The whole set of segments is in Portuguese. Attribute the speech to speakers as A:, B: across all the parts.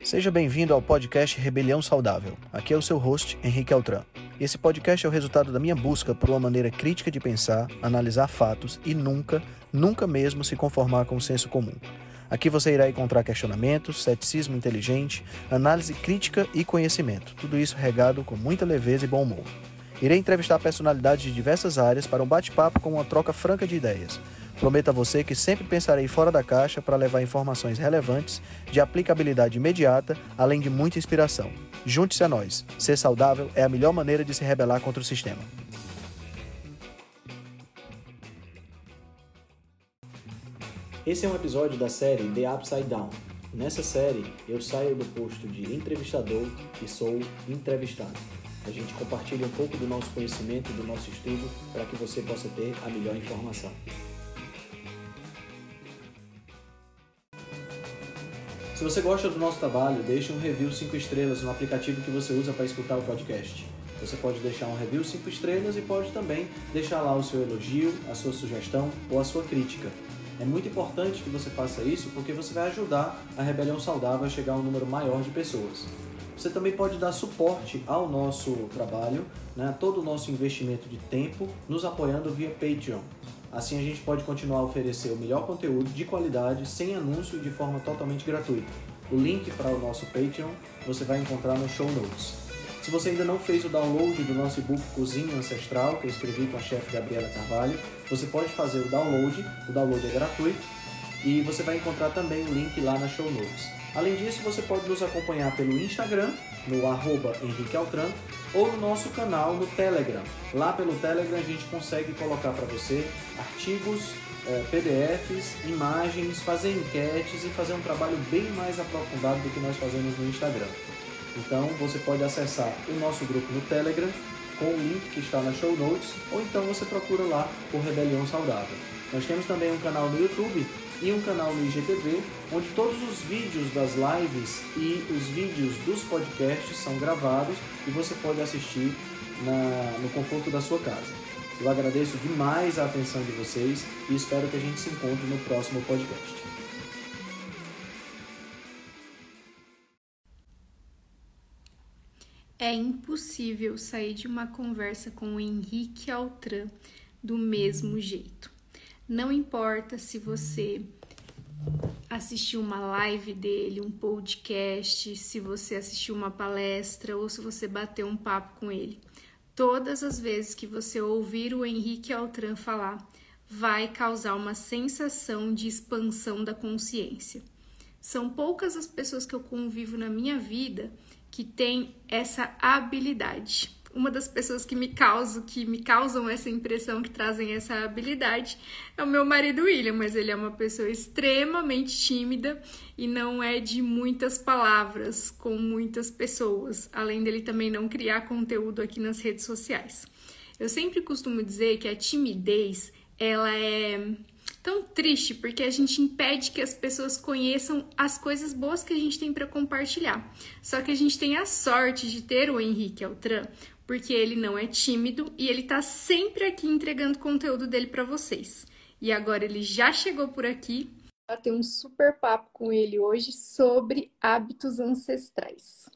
A: Seja bem-vindo ao podcast Rebelião Saudável. Aqui é o seu host, Henrique Altran. Esse podcast é o resultado da minha busca por uma maneira crítica de pensar, analisar fatos e nunca mesmo se conformar com o senso comum. Aqui você irá encontrar questionamentos, ceticismo inteligente, análise crítica e conhecimento. Tudo isso regado com muita leveza e bom humor. Irei entrevistar personalidades de diversas áreas para um bate-papo com uma troca franca de ideias. Prometo a você que sempre pensarei fora da caixa para levar informações relevantes, de aplicabilidade imediata, além de muita inspiração. Junte-se a nós. Ser saudável é a melhor maneira de se rebelar contra o sistema. Esse é um episódio da série The Upside Down. Nessa série, eu saio do posto de entrevistador e sou entrevistado. A gente compartilha um pouco do nosso conhecimento, do nosso estudo, para que você possa ter a melhor informação. Se você gosta do nosso trabalho, deixe um review 5 estrelas no aplicativo que você usa para escutar o podcast. Você pode deixar um review 5 estrelas e pode também deixar lá o seu elogio, a sua sugestão ou a sua crítica. É muito importante que você faça isso porque você vai ajudar a Rebelião Saudável a chegar a um número maior de pessoas. Você também pode dar suporte ao nosso trabalho, todo o nosso investimento de tempo, nos apoiando via Patreon. Assim a gente pode continuar a oferecer o melhor conteúdo de qualidade, sem anúncio e de forma totalmente gratuita. O link para o nosso Patreon você vai encontrar no show notes. Se você ainda não fez o download do nosso e-book Cozinha Ancestral, que eu escrevi com a chefe Gabriela Carvalho, você pode fazer o download é gratuito e você vai encontrar também o link lá na show notes. Além disso, você pode nos acompanhar pelo Instagram, no @HenriqueAltran, ou no nosso canal no Telegram. Lá pelo Telegram a gente consegue colocar para você artigos, PDFs, imagens, fazer enquetes e fazer um trabalho bem mais aprofundado do que nós fazemos no Instagram. Então você pode acessar o nosso grupo no Telegram com o link que está na show notes, ou então você procura lá por Rebelião Saudável. Nós temos também um canal no YouTube e um canal no IGTV, onde todos os vídeos das lives e os vídeos dos podcasts são gravados e você pode assistir no conforto da sua casa. Eu agradeço demais a atenção de vocês e espero que a gente se encontre no próximo podcast.
B: É impossível sair de uma conversa com o Henrique Altran do mesmo jeito. Não importa se você assistiu uma live dele, um podcast, se você assistiu uma palestra ou se você bateu um papo com ele. Todas as vezes que você ouvir o Henrique Altran falar, vai causar uma sensação de expansão da consciência. São poucas as pessoas que eu convivo na minha vida que têm essa habilidade. Uma das pessoas que me causam essa impressão, que trazem essa habilidade, é o meu marido William, mas ele é uma pessoa extremamente tímida e não é de muitas palavras com muitas pessoas, além dele também não criar conteúdo aqui nas redes sociais. Eu sempre costumo dizer que a timidez, ela é tão triste porque a gente impede que as pessoas conheçam as coisas boas que a gente tem para compartilhar. Só que a gente tem a sorte de ter o Henrique Altran, porque ele não é tímido e ele tá sempre aqui entregando conteúdo dele para vocês. E agora ele já chegou por aqui. Eu tenho um super papo com ele hoje sobre hábitos ancestrais.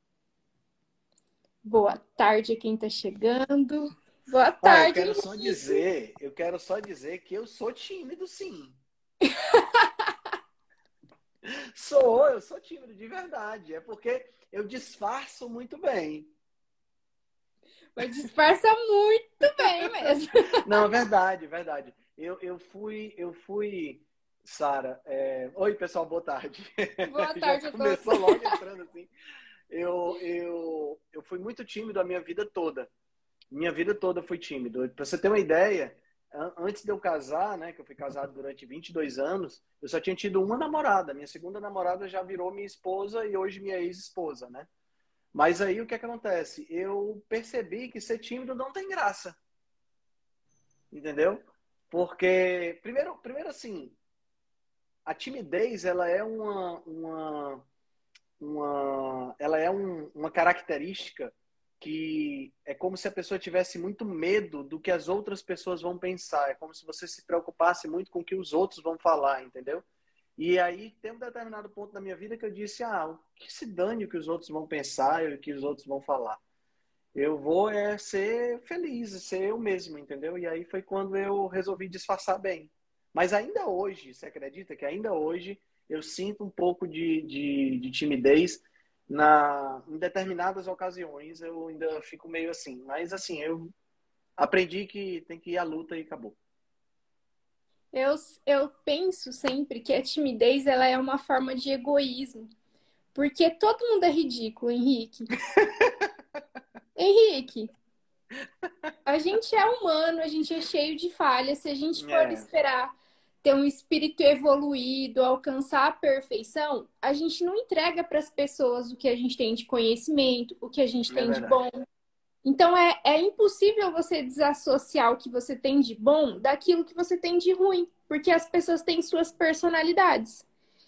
B: Boa tarde a quem tá chegando. Boa tarde.
C: Eu quero só dizer que eu sou tímido, sim. Eu sou tímido de verdade. É porque eu disfarço muito bem.
B: Mas disfarça muito bem mesmo.
C: Não, é verdade, verdade. Eu fui, Sara. Oi, pessoal, boa tarde.
B: Boa tarde.
C: Já começou logo entrando assim. Eu fui muito tímido a minha vida toda. Minha vida toda fui tímido. Para você ter uma ideia, antes de eu casar, que eu fui casado durante 22 anos, eu só tinha tido uma namorada. Minha segunda namorada já virou minha esposa e hoje minha ex-esposa, né? Mas aí o que acontece? Eu percebi que ser tímido não tem graça. Entendeu? Porque, primeiro assim, a timidez, ela é uma característica que é como se a pessoa tivesse muito medo do que as outras pessoas vão pensar. É como se você se preocupasse muito com o que os outros vão falar, entendeu? E aí tem um determinado ponto da minha vida que eu disse, o que se dane o que os outros vão pensar e o que os outros vão falar. Eu vou ser feliz, ser eu mesmo, entendeu? E aí foi quando eu resolvi disfarçar bem. Mas ainda hoje, você acredita que ainda hoje eu sinto um pouco de timidez em determinadas ocasiões, eu ainda fico meio assim. Mas assim, eu aprendi que tem que ir à luta e acabou.
B: Eu penso sempre que a timidez ela é uma forma de egoísmo. Porque todo mundo é ridículo, Henrique. Henrique, a gente é humano, a gente é cheio de falhas. Se a gente for
C: É,
B: esperar ter um espírito evoluído, alcançar a perfeição, a gente não entrega para as pessoas o que a gente tem de conhecimento, o que a gente
C: é
B: tem de bom.
C: verdade.
B: Então é impossível você desassociar o que você tem de bom daquilo que você tem de ruim, porque as pessoas têm suas personalidades.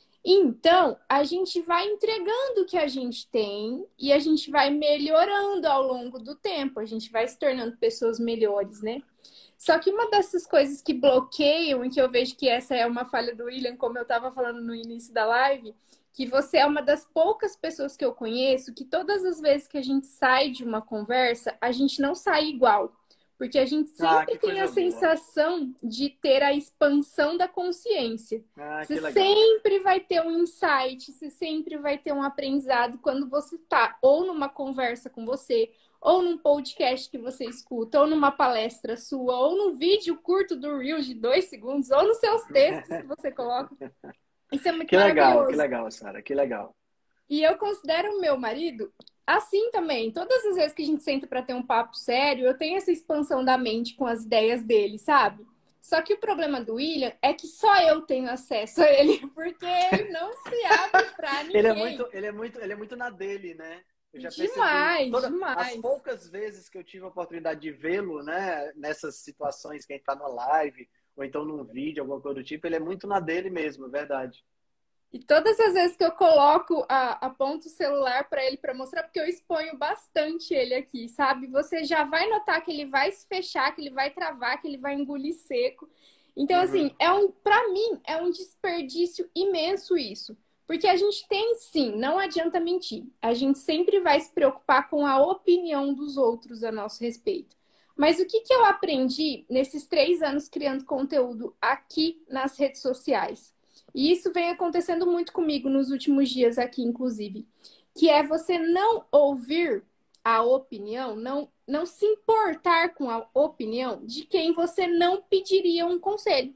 B: Então, a gente vai entregando o que a gente tem e a gente vai melhorando ao longo do tempo, a gente vai se tornando pessoas melhores, né? Só que uma dessas coisas que bloqueiam, e que eu vejo que essa é uma falha do William, como eu estava falando no início da live, que você é uma das poucas pessoas que eu conheço que todas as vezes que a gente sai de uma conversa, a gente não sai igual. Porque a gente sempre
C: Que
B: tem a
C: coisa boa.
B: sensação de ter a expansão da consciência. Você
C: Que legal.
B: sempre vai ter um insight, você sempre vai ter um aprendizado quando você está ou numa conversa com você, ou num podcast que você escuta, ou numa palestra sua, ou num vídeo curto do Reels de 2 segundos, ou nos seus textos que você coloca. Isso é muito
C: Que
B: maravilhoso.
C: legal, Sara, que legal.
B: E eu considero o meu marido assim também. Todas as vezes que a gente senta para ter um papo sério, eu tenho essa expansão da mente com as ideias dele, sabe? Só que o problema do William é que só eu tenho acesso a ele, porque ele não se abre para ninguém.
C: Ele é muito na dele, né? Eu já percebi.
B: Demais,
C: As
B: demais.
C: poucas vezes que eu tive a oportunidade de vê-lo, né, nessas situações que a gente tá numa live, ou então num vídeo, alguma coisa do tipo, ele é muito na dele mesmo, é verdade.
B: E todas as vezes que eu coloco, aponto o celular para ele para mostrar, porque eu exponho bastante ele aqui, sabe? Você já vai notar que ele vai se fechar, que ele vai travar, que ele vai engolir seco. Então,
C: Uhum.
B: assim, para mim, é um desperdício imenso isso. Porque a gente tem sim, não adianta mentir. A gente sempre vai se preocupar com a opinião dos outros a nosso respeito. Mas o que eu aprendi nesses 3 anos criando conteúdo aqui nas redes sociais? E isso vem acontecendo muito comigo nos últimos dias aqui, inclusive, que é você não ouvir a opinião, não se importar com a opinião de quem você não pediria um conselho.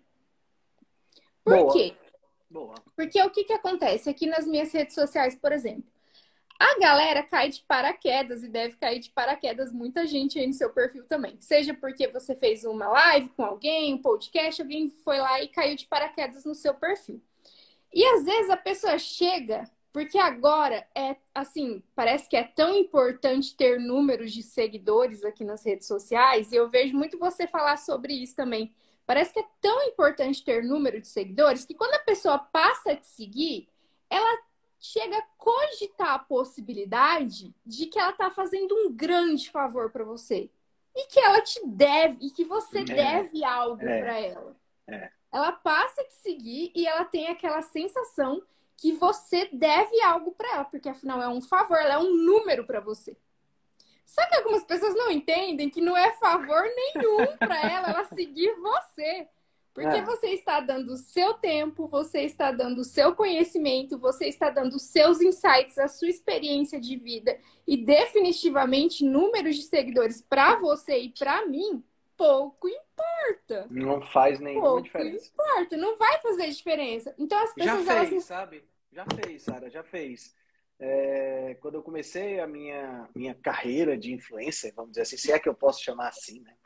B: Por
C: Boa,
B: quê?
C: boa.
B: Porque o que acontece aqui nas minhas redes sociais, por exemplo? A galera cai de paraquedas e deve cair de paraquedas muita gente aí no seu perfil também. Seja porque você fez uma live com alguém, um podcast, alguém foi lá e caiu de paraquedas no seu perfil. E às vezes a pessoa chega, porque agora é assim, parece que é tão importante ter números de seguidores aqui nas redes sociais, e eu vejo muito você falar sobre isso também. Parece que é tão importante ter número de seguidores que quando a pessoa passa a te seguir, ela chega a cogitar a possibilidade de que ela está fazendo um grande favor para você. E que ela te deve, e que você
C: É,
B: deve algo
C: é,
B: para ela.
C: é.
B: Ela passa a te seguir e ela tem aquela sensação que você deve algo para ela, porque afinal é um favor, ela é um número para você. Só que algumas pessoas não entendem que não é favor nenhum para ela seguir você. Porque
C: É.
B: você está dando o seu tempo, você está dando o seu conhecimento, você está dando os seus insights, a sua experiência de vida e definitivamente números de seguidores para você e para mim, pouco importa.
C: Não faz nenhuma
B: Pouco
C: diferença.
B: importa, não vai fazer diferença. Então as
C: Já
B: pessoas elas
C: fez, sabe? Já fez, Sara, já fez. Quando eu comecei a minha carreira de influencer, vamos dizer assim, se é que eu posso chamar assim, né?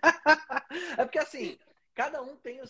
C: É porque assim, cada um tem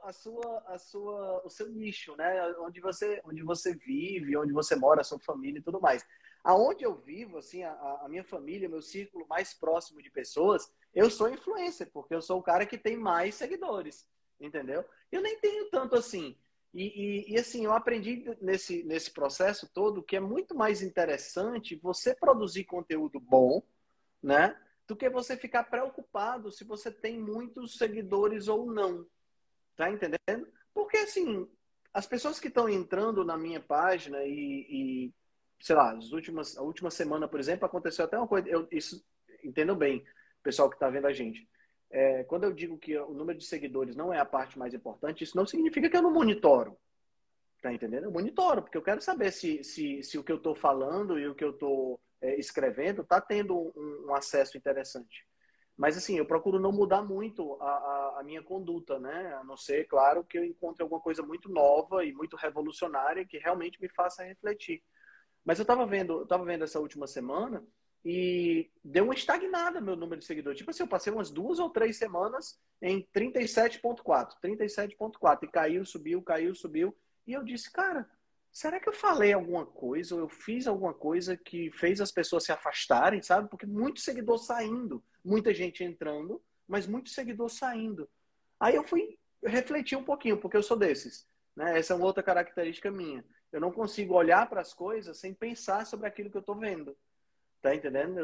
C: o seu nicho, né? Onde você vive, onde você mora, a sua família e tudo mais. Aonde eu vivo, assim, a minha família, meu círculo mais próximo de pessoas, eu sou influencer, porque eu sou o cara que tem mais seguidores, entendeu? Eu nem tenho tanto assim. E assim, eu aprendi nesse processo todo que é muito mais interessante você produzir conteúdo bom, né? Do que você ficar preocupado se você tem muitos seguidores ou não. Tá entendendo? Porque assim, as pessoas que estão entrando na minha página sei lá, a última semana, por exemplo, aconteceu até uma coisa, isso, entendam bem, pessoal que está vendo a gente. Quando eu digo que o número de seguidores não é a parte mais importante, isso não significa que eu não monitoro. Tá entendendo? Eu monitoro, porque eu quero saber se o que eu estou falando e o que eu estou escrevendo está tendo um acesso interessante. Mas, assim, eu procuro não mudar muito a minha conduta, né? A não ser, claro, que eu encontre alguma coisa muito nova e muito revolucionária que realmente me faça refletir. Mas eu estava vendo essa última semana e deu uma estagnada meu número de seguidores. Tipo assim, eu passei umas 2 ou 3 semanas em 37,4, e caiu, subiu. E eu disse, cara, será que eu falei alguma coisa ou eu fiz alguma coisa que fez as pessoas se afastarem, sabe? Porque muito seguidor saindo, muita gente entrando, mas muito seguidor saindo. Aí eu fui refletir um pouquinho, porque eu sou desses, né? Essa é uma outra característica minha. Eu não consigo olhar para as coisas sem pensar sobre aquilo que eu estou vendo. Tá entendendo?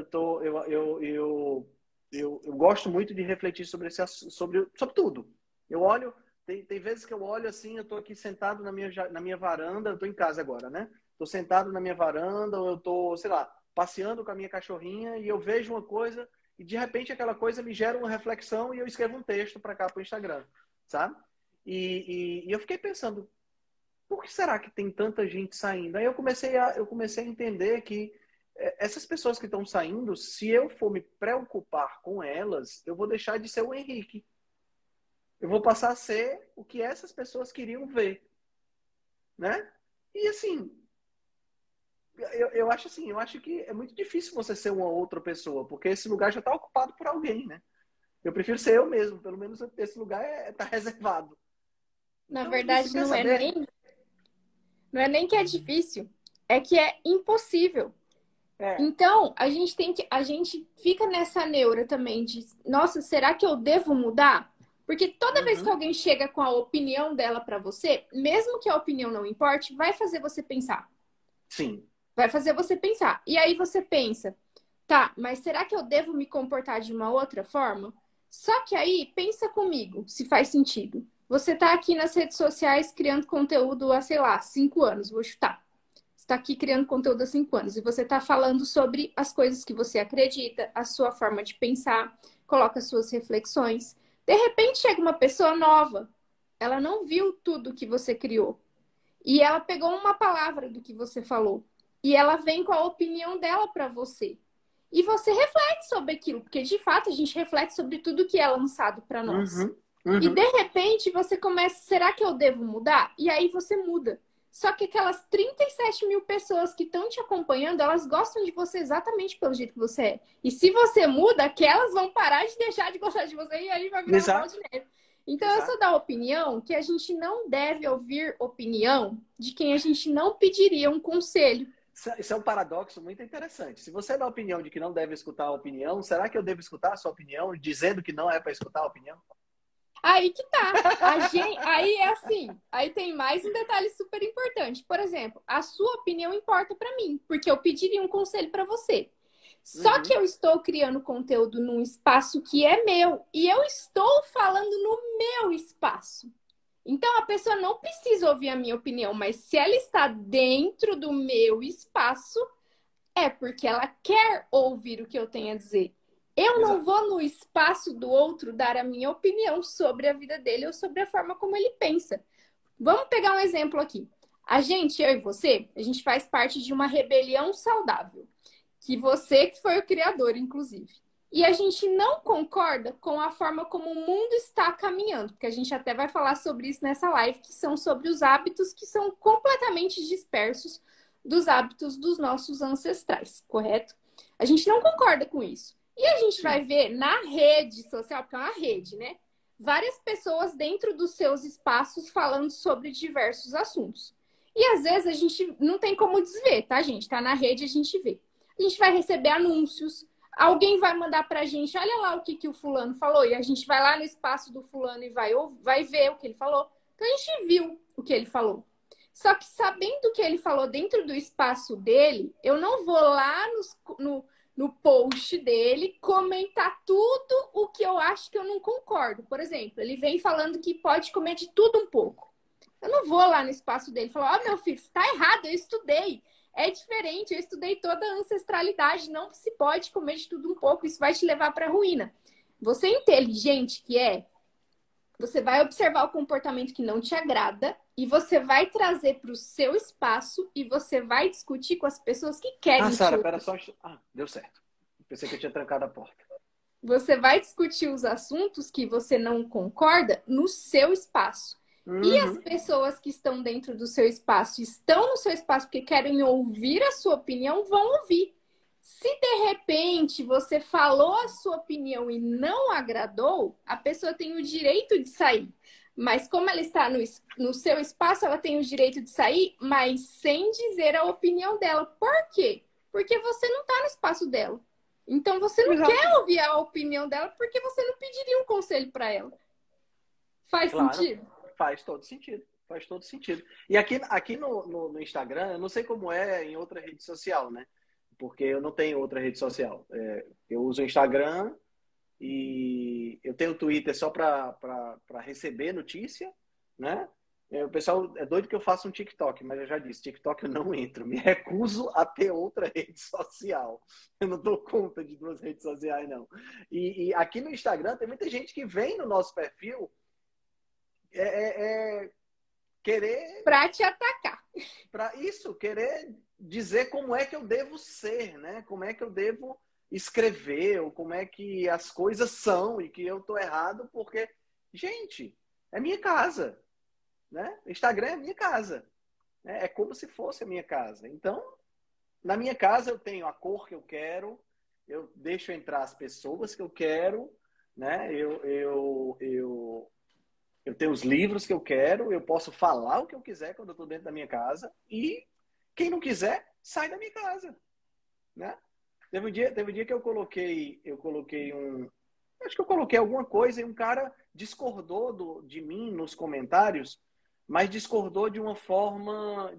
C: Eu gosto muito de refletir sobre tudo. Eu olho, tem vezes que eu olho assim, eu tô aqui sentado na minha varanda, eu tô em casa agora, né? Tô sentado na minha varanda, ou eu tô, sei lá, passeando com a minha cachorrinha e eu vejo uma coisa e de repente aquela coisa me gera uma reflexão e eu escrevo um texto para cá pro Instagram, sabe? E eu fiquei pensando, por que será que tem tanta gente saindo? Aí eu comecei a entender que essas pessoas que estão saindo, se eu for me preocupar com elas, eu vou deixar de ser o Henrique. Eu vou passar a ser o que essas pessoas queriam ver, né? E assim, eu acho que é muito difícil você ser uma outra pessoa, porque esse lugar já está ocupado por alguém, né? Eu prefiro ser eu mesmo, pelo menos esse lugar está reservado.
B: Na
C: Então,
B: verdade, não é nem que é difícil, é que é impossível. Então, a gente fica nessa neura também de, nossa, será que eu devo mudar? Porque toda vez que alguém chega com a opinião dela pra você, mesmo que a opinião não importe, vai fazer você pensar.
C: Sim.
B: Vai fazer você pensar. E aí você pensa, tá, mas será que eu devo me comportar de uma outra forma? Só que aí, pensa comigo, se faz sentido. Você tá aqui nas redes sociais criando conteúdo há, sei lá, 5 anos, vou chutar. Você tá aqui criando conteúdo há 5 anos e você tá falando sobre as coisas que você acredita, a sua forma de pensar, coloca suas reflexões. De repente chega uma pessoa nova, ela não viu tudo que você criou e ela pegou uma palavra do que você falou e ela vem com a opinião dela para você. E você reflete sobre aquilo, porque de fato a gente reflete sobre tudo que é lançado para nós. E de repente você começa, será que eu devo mudar? E aí você muda. Só que aquelas 37 mil pessoas que estão te acompanhando, elas gostam de você exatamente pelo jeito que você é. E se você muda, aquelas vão parar de deixar de gostar de você e aí vai virar uma bola de neve. Então, eu sou da opinião que a gente não deve ouvir opinião de quem a gente não pediria um conselho.
C: Isso é um paradoxo muito interessante. Se você dá a opinião de que não deve escutar a opinião, será que eu devo escutar a sua opinião dizendo que não é para escutar a opinião?
B: Aí que tá. Aí é assim. Aí tem mais um detalhe super importante. Por exemplo, a sua opinião importa pra mim, porque eu pediria um conselho pra você. Só que eu estou criando conteúdo num espaço que é meu e eu estou falando no meu espaço. Então a pessoa não precisa ouvir a minha opinião, mas se ela está dentro do meu espaço, é porque ela quer ouvir o que eu tenho a dizer. Eu não vou no espaço do outro dar a minha opinião sobre a vida dele ou sobre a forma como ele pensa. Vamos pegar um exemplo aqui. A gente, eu e você, a gente faz parte de uma rebelião saudável. Que você que foi o criador, inclusive. E a gente não concorda com a forma como o mundo está caminhando. Porque a gente até vai falar sobre isso nessa live, que são sobre os hábitos que são completamente dispersos dos hábitos dos nossos ancestrais, correto? A gente não concorda com isso. E a gente vai ver na rede social, porque é uma rede, né? Várias pessoas dentro dos seus espaços falando sobre diversos assuntos. E às vezes a gente não tem como desver, tá, gente? Tá na rede, a gente vê. A gente vai receber anúncios, alguém vai mandar pra gente, olha lá o que o fulano falou, e a gente vai lá no espaço do fulano e vai ver o que ele falou. Então a gente viu o que ele falou. Só que sabendo o que ele falou dentro do espaço dele, eu não vou lá no post dele comentar tudo o que eu acho que eu não concordo. Por exemplo, ele vem falando que pode comer de tudo um pouco.
D: Eu não vou lá no espaço dele e falar, ó, meu filho, você tá errado, eu estudei. É diferente, eu estudei toda a ancestralidade, não se pode comer de tudo um pouco, isso vai te levar pra ruína. Você inteligente que é, você vai observar o comportamento que não te agrada e você vai trazer para o seu espaço e você vai discutir com as pessoas que querem te
C: Sara,
D: ouvir.
C: pera só. Deu certo. Pensei que eu tinha trancado a porta.
D: Você vai discutir os assuntos que você não concorda no seu espaço. E as
C: Uhum.
D: pessoas que estão dentro do seu espaço, estão no seu espaço porque querem ouvir a sua opinião, vão ouvir. Se de repente você falou a sua opinião e não agradou, a pessoa tem o direito de sair. Mas como ela está no seu espaço, ela tem o direito de sair, mas sem dizer a opinião dela. Por quê? Porque você não está no espaço dela. Então você não
C: Exato.
D: quer ouvir a opinião dela porque você não pediria um conselho para ela. Faz sentido?
C: Faz todo sentido. Faz todo sentido. E aqui no Instagram, eu não sei como é em outra rede social, né? Porque eu não tenho outra rede social. Eu uso o Instagram e eu tenho o Twitter só para receber notícia, né? O pessoal é doido que eu faça um TikTok, mas eu já disse, TikTok eu não entro. Me recuso a ter outra rede social. Eu não dou conta de 2 redes sociais, não. E aqui no Instagram tem muita gente que vem no nosso perfil querer...
D: Para te atacar.
C: Para isso, querer dizer como é que eu devo ser, né? Como é que eu devo escrever, ou como é que as coisas são e que eu tô errado, porque, gente, é minha casa, né? Instagram é minha casa, né? É como se fosse a minha casa. Então, na minha casa eu tenho a cor que eu quero, eu deixo entrar as pessoas que eu quero, né? Eu tenho os livros que eu quero, eu posso falar o que eu quiser quando eu estou dentro da minha casa e quem não quiser, sai da minha casa, né? Teve um dia que eu coloquei acho que eu coloquei alguma coisa e um cara discordou de mim nos comentários, mas discordou de uma forma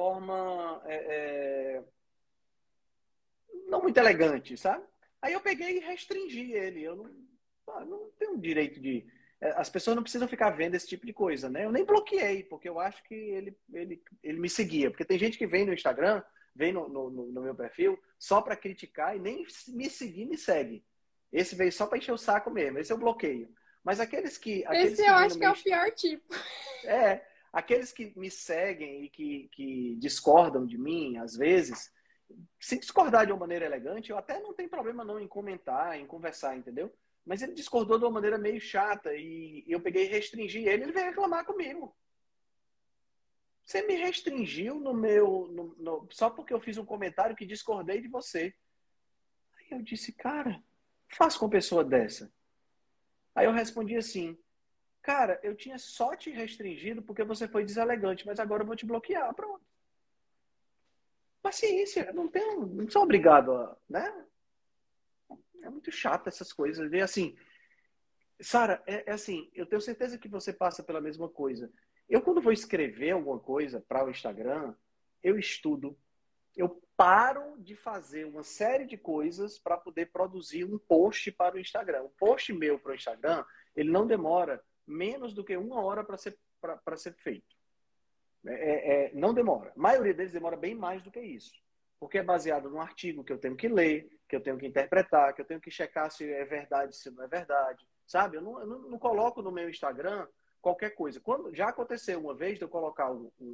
C: não muito elegante, sabe? Aí eu peguei e restringi ele. Eu não tenho direito de... As pessoas não precisam ficar vendo esse tipo de coisa, né? Eu nem bloqueei, porque eu acho que ele me seguia. Porque tem gente que vem no Instagram, vem no meu perfil, só para criticar e nem me seguir, me segue. Esse veio só para encher o saco mesmo. Esse eu bloqueio. Mas aqueles que
D: Esse eu acho que é o pior tipo.
C: Aqueles que me seguem e que discordam de mim, às vezes, se discordar de uma maneira elegante, eu até não tenho problema não em comentar, em conversar, entendeu? Mas ele discordou de uma maneira meio chata e eu peguei e restringi ele veio reclamar comigo. Você me restringiu só porque eu fiz um comentário que discordei de você. Aí eu disse, cara, faço com pessoa dessa. Aí eu respondi assim, cara, eu tinha só te restringido porque você foi deselegante, mas agora eu vou te bloquear, pronto. Paciência, não sou obrigado a, né? É muito chato essas coisas. E assim, Sara, assim, eu tenho certeza que você passa pela mesma coisa. Eu, quando vou escrever alguma coisa para o Instagram, eu estudo. Eu paro de fazer uma série de coisas para poder produzir um post para o Instagram. O post meu para o Instagram, ele não demora menos do que 1 hora para ser feito. Não demora. A maioria deles demora bem mais do que isso. Porque é baseado num artigo que eu tenho que ler, que eu tenho que interpretar, que eu tenho que checar se é verdade, se não é verdade. Sabe? Eu não coloco no meu Instagram qualquer coisa. Já aconteceu uma vez de eu colocar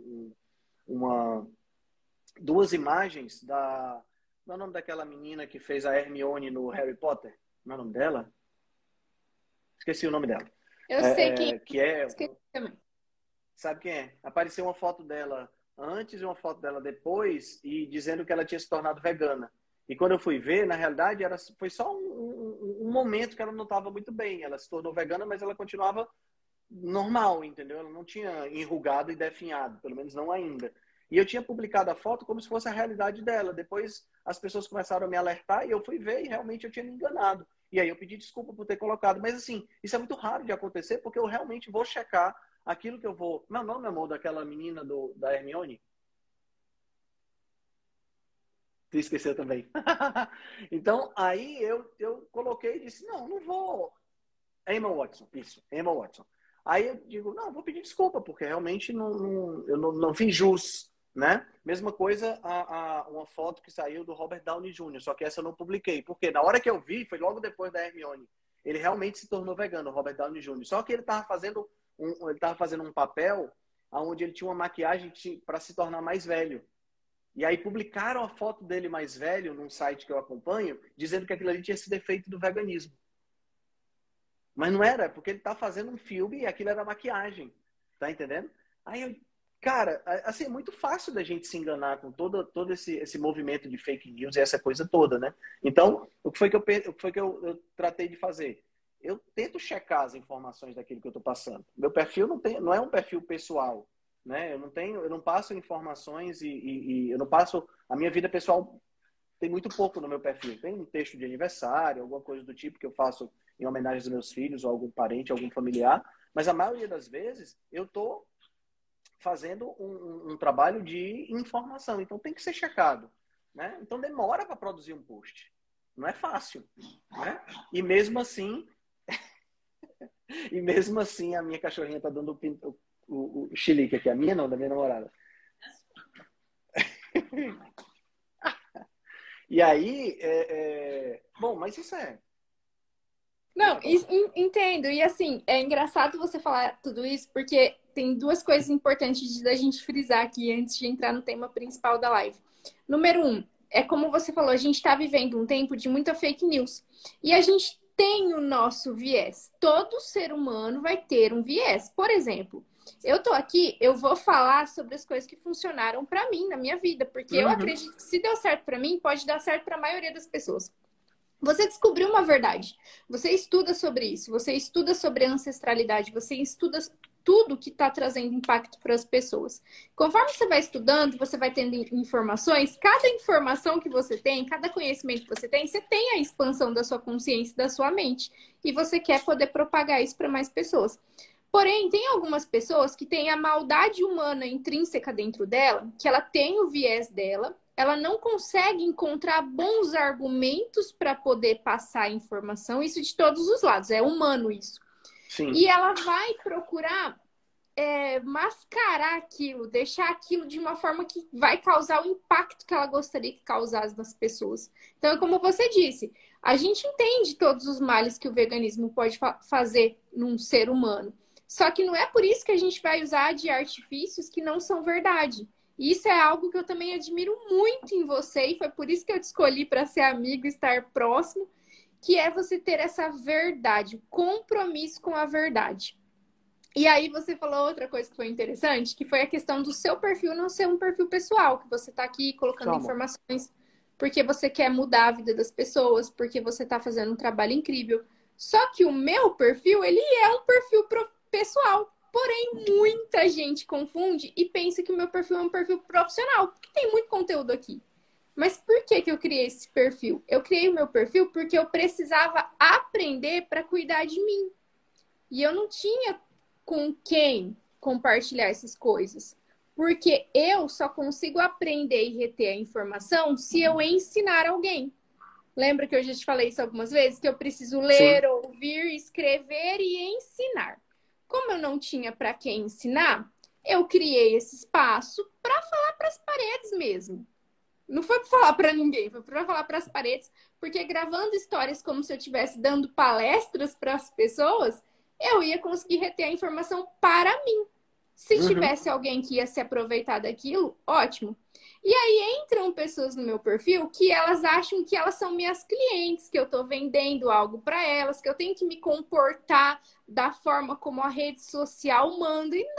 C: 2 imagens da... Não é o nome daquela menina que fez a Hermione no Harry Potter? Não é o nome dela? Esqueci o nome dela.
D: Eu sei quem
C: que é...
D: Esqueci também.
C: Sabe quem é? Apareceu uma foto dela antes e uma foto dela depois e dizendo que ela tinha se tornado vegana. E quando eu fui ver, na realidade, foi só um momento que ela não estava muito bem. Ela se tornou vegana, mas ela continuava normal, entendeu? Ela não tinha enrugado e definhado, pelo menos não ainda. E eu tinha publicado a foto como se fosse a realidade dela. Depois as pessoas começaram a me alertar e eu fui ver e realmente eu tinha me enganado. E aí eu pedi desculpa por ter colocado. Mas assim, isso é muito raro de acontecer porque eu realmente vou checar aquilo que eu vou... Meu nome, amor, daquela menina da Hermione? Tu esqueceu também. Então, aí eu coloquei e disse, não vou... Emma Watson, isso, Emma Watson. Aí eu digo, não, vou pedir desculpa, porque realmente eu não fiz jus, né? Mesma coisa uma foto que saiu do Robert Downey Jr., só que essa eu não publiquei. Porque na hora que eu vi, foi logo depois da Hermione. Ele realmente se tornou vegano, o Robert Downey Jr. Só que ele estava fazendo um papel onde ele tinha uma maquiagem para se tornar mais velho. E aí publicaram a foto dele mais velho num site que eu acompanho, dizendo que aquilo ali tinha sido efeito do veganismo. Mas não era, porque ele tá fazendo um filme e aquilo era maquiagem. Tá entendendo? Aí, cara, assim, é muito fácil da gente se enganar com todo esse movimento de fake news e essa coisa toda, né? Então, o que foi que eu tratei de fazer? Eu tento checar as informações daquilo que eu tô passando. Meu perfil não é um perfil pessoal, né? Eu não passo informações e eu não passo... A minha vida pessoal tem muito pouco no meu perfil. Tem um texto de aniversário, alguma coisa do tipo que eu faço em homenagem aos meus filhos, ou algum parente, algum familiar, mas a maioria das vezes eu estou fazendo um trabalho de informação, então tem que ser checado, né? Então demora para produzir um post, não é fácil, né? E mesmo assim a minha cachorrinha está dando o chilique aqui, a minha não, da minha namorada. E aí, bom, mas isso é...
D: Não, entendo. E assim, é engraçado você falar tudo isso, porque tem duas coisas importantes da gente frisar aqui antes de entrar no tema principal da live. Número 1, é como você falou, a gente está vivendo um tempo de muita fake news. E a gente tem o nosso viés. Todo ser humano vai ter um viés. Por exemplo, eu tô aqui, eu vou falar sobre as coisas que funcionaram para mim na minha vida, porque eu acredito que se deu certo para mim, pode dar certo para a maioria das pessoas. Você descobriu uma verdade, você estuda sobre isso, você estuda sobre ancestralidade, você estuda tudo que está trazendo impacto para as pessoas. Conforme você vai estudando, você vai tendo informações, cada informação que você tem, cada conhecimento que você tem a expansão da sua consciência, da sua mente. E você quer poder propagar isso para mais pessoas. Porém, tem algumas pessoas que têm a maldade humana intrínseca dentro dela, que ela tem o viés dela, ela não consegue encontrar bons argumentos para poder passar a informação, isso de todos os lados, é humano isso.
C: Sim.
D: E ela vai procurar mascarar aquilo, deixar aquilo de uma forma que vai causar o impacto que ela gostaria que causasse nas pessoas. Então, é como você disse, a gente entende todos os males que o veganismo pode fazer num ser humano. Só que não é por isso que a gente vai usar de artifícios que não são verdade. E isso é algo que eu também admiro muito em você, e foi por isso que eu te escolhi para ser amigo e estar próximo, que é você ter essa verdade, o compromisso com a verdade. E aí você falou outra coisa que foi interessante, que foi a questão do seu perfil não ser um perfil pessoal, que você está aqui colocando informações porque você quer mudar a vida das pessoas, porque você está fazendo um trabalho incrível. Só que o meu perfil, ele é um perfil pessoal. Porém, muita gente confunde e pensa que o meu perfil é um perfil profissional, porque tem muito conteúdo aqui. Mas por que eu criei esse perfil? Eu criei o meu perfil porque eu precisava aprender para cuidar de mim. E eu não tinha com quem compartilhar essas coisas. Porque eu só consigo aprender e reter a informação se eu ensinar alguém. Lembra que eu já te falei isso algumas vezes? Que eu preciso ler,
C: Sim.
D: ouvir, escrever e ensinar. Como eu não tinha para quem ensinar, eu criei esse espaço para falar para as paredes mesmo. Não foi para falar para ninguém, foi para falar para as paredes, porque gravando histórias como se eu estivesse dando palestras para as pessoas, eu ia conseguir reter a informação para mim. Se tivesse alguém que ia se aproveitar daquilo, ótimo. E aí entram pessoas no meu perfil que elas acham que elas são minhas clientes, que eu estou vendendo algo para elas, que eu tenho que me comportar da forma como a rede social manda. E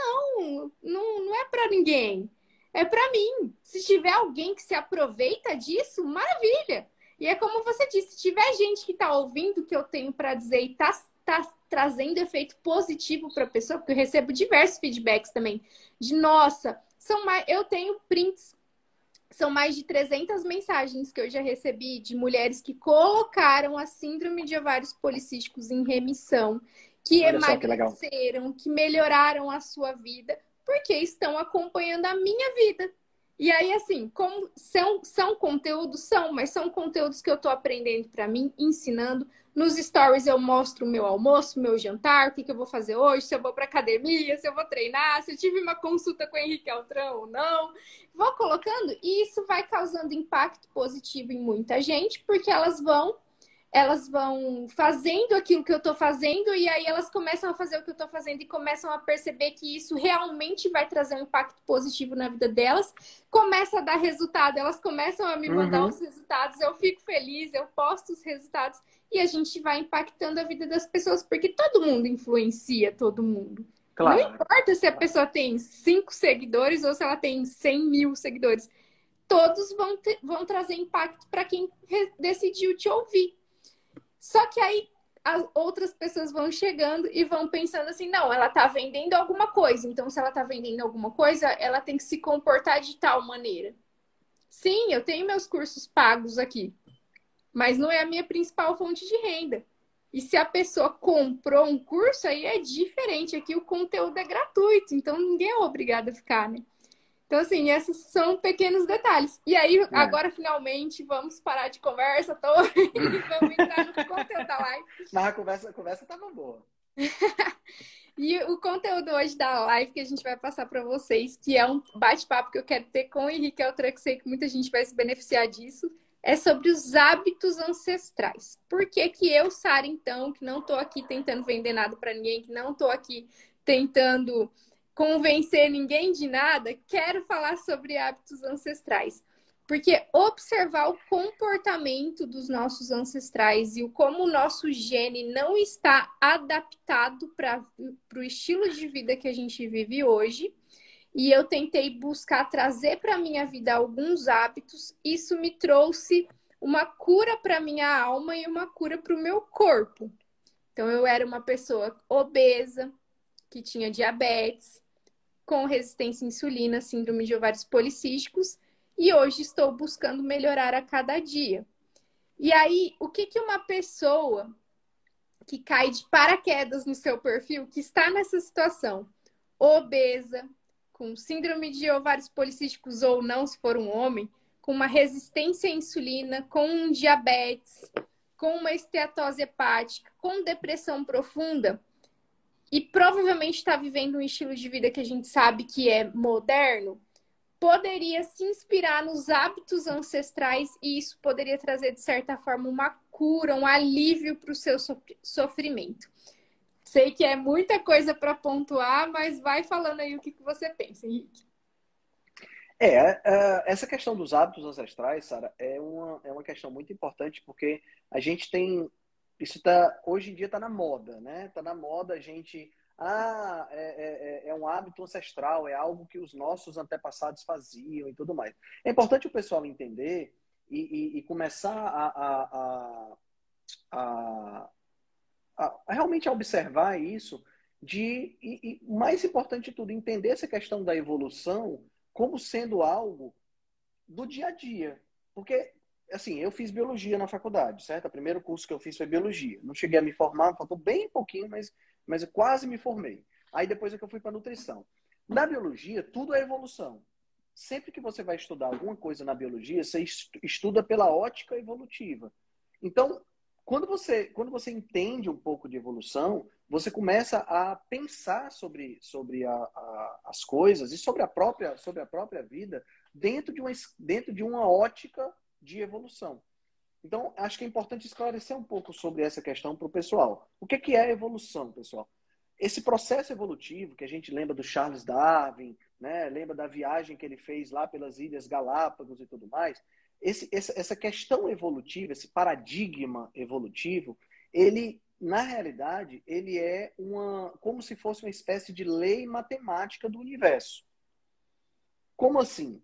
D: não é para ninguém. É para mim. Se tiver alguém que se aproveita disso, maravilha. E é como você disse, se tiver gente que está ouvindo o que eu tenho para dizer e tá trazendo efeito positivo para a pessoa, porque eu recebo diversos feedbacks também de, nossa, eu tenho prints, são mais de 300 mensagens que eu já recebi de mulheres que colocaram a síndrome de ovários policísticos em remissão, que emagreceram, que melhoraram a sua vida, porque estão acompanhando a minha vida. E aí, assim, como são conteúdos? São, mas são conteúdos que eu tô aprendendo para mim, ensinando. Nos stories eu mostro o meu almoço, o meu jantar, o que eu vou fazer hoje, se eu vou para academia, se eu vou treinar, se eu tive uma consulta com o Henrique Altran ou não. Vou colocando e isso vai causando impacto positivo em muita gente, porque elas vão fazendo aquilo que eu estou fazendo e aí elas começam a fazer o que eu estou fazendo e começam a perceber que isso realmente vai trazer um impacto positivo na vida delas, começa a dar resultado, elas começam a me mandar os resultados, eu fico feliz, eu posto os resultados e a gente vai impactando a vida das pessoas, porque todo mundo influencia todo mundo. Não
C: Claro.
D: importa se a pessoa tem 5 seguidores ou se ela tem 100 mil seguidores, todos vão trazer impacto para quem decidiu te ouvir. Só que aí as outras pessoas vão chegando e vão pensando assim, não, ela tá vendendo alguma coisa. Então, se ela tá vendendo alguma coisa, ela tem que se comportar de tal maneira. Sim, eu tenho meus cursos pagos aqui, mas não é a minha principal fonte de renda. E se a pessoa comprou um curso, aí é diferente. Aqui o conteúdo é gratuito, então ninguém é obrigado a ficar, né? Então, assim, esses são pequenos detalhes. E aí, agora, finalmente, vamos parar de conversa toda e vamos entrar no conteúdo da live.
C: Mas a conversa tava boa.
D: E o conteúdo hoje da live que a gente vai passar para vocês, que é um bate-papo que eu quero ter com o Henrique Altran, que sei que muita gente vai se beneficiar disso, é sobre os hábitos ancestrais. Por que que eu, Sara, então, que não estou aqui tentando vender nada para ninguém, que não estou aqui tentando convencer ninguém de nada, quero falar sobre hábitos ancestrais. Porque observar o comportamento dos nossos ancestrais e o como o nosso gene não está adaptado para o estilo de vida que a gente vive hoje. E eu tentei buscar trazer para a minha vida alguns hábitos. Isso me trouxe uma cura para minha alma e uma cura para o meu corpo. Então, eu era uma pessoa obesa, que tinha diabetes, com resistência à insulina, síndrome de ovários policísticos, e hoje estou buscando melhorar a cada dia. E aí, o que uma pessoa que cai de paraquedas no seu perfil, que está nessa situação, obesa, com síndrome de ovários policísticos ou não, se for um homem, com uma resistência à insulina, com um diabetes, com uma esteatose hepática, com depressão profunda, e provavelmente está vivendo um estilo de vida que a gente sabe que é moderno, poderia se inspirar nos hábitos ancestrais e isso poderia trazer, de certa forma, uma cura, um alívio para o seu sofrimento. Sei que é muita coisa para pontuar, mas vai falando aí o que você pensa, Henrique.
C: Essa questão dos hábitos ancestrais, Sara, é uma questão muito importante porque a gente tem... hoje em dia está na moda, né? Está na moda a gente... é um hábito ancestral, é algo que os nossos antepassados faziam e tudo mais. É importante o pessoal entender e começar a realmente observar isso e mais importante de tudo, entender essa questão da evolução como sendo algo do dia a dia. Porque, assim, eu fiz biologia na faculdade, certo? O primeiro curso que eu fiz foi biologia. Não cheguei a me formar, faltou bem pouquinho, mas eu quase me formei. Aí depois é que eu fui para nutrição. Na biologia, tudo é evolução. Sempre que você vai estudar alguma coisa na biologia, você estuda pela ótica evolutiva. Então, quando você entende um pouco de evolução, você começa a pensar sobre as coisas e sobre a própria vida dentro de uma ótica de evolução. Então, acho que é importante esclarecer um pouco sobre essa questão para o pessoal. O que é evolução, pessoal? Esse processo evolutivo que a gente lembra do Charles Darwin, né? Lembra da viagem que ele fez lá pelas Ilhas Galápagos e tudo mais. Essa questão evolutiva, esse paradigma evolutivo, ele, na realidade, ele é como se fosse uma espécie de lei matemática do universo. Como assim?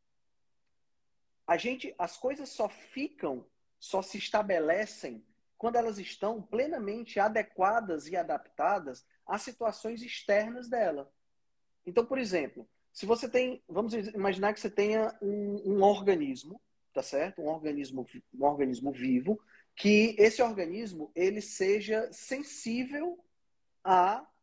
C: As coisas só se estabelecem quando elas estão plenamente adequadas e adaptadas às situações externas dela. Então, por exemplo, se você tem, vamos imaginar que você tenha um organismo, tá certo? Um organismo vivo, que esse organismo ele seja sensível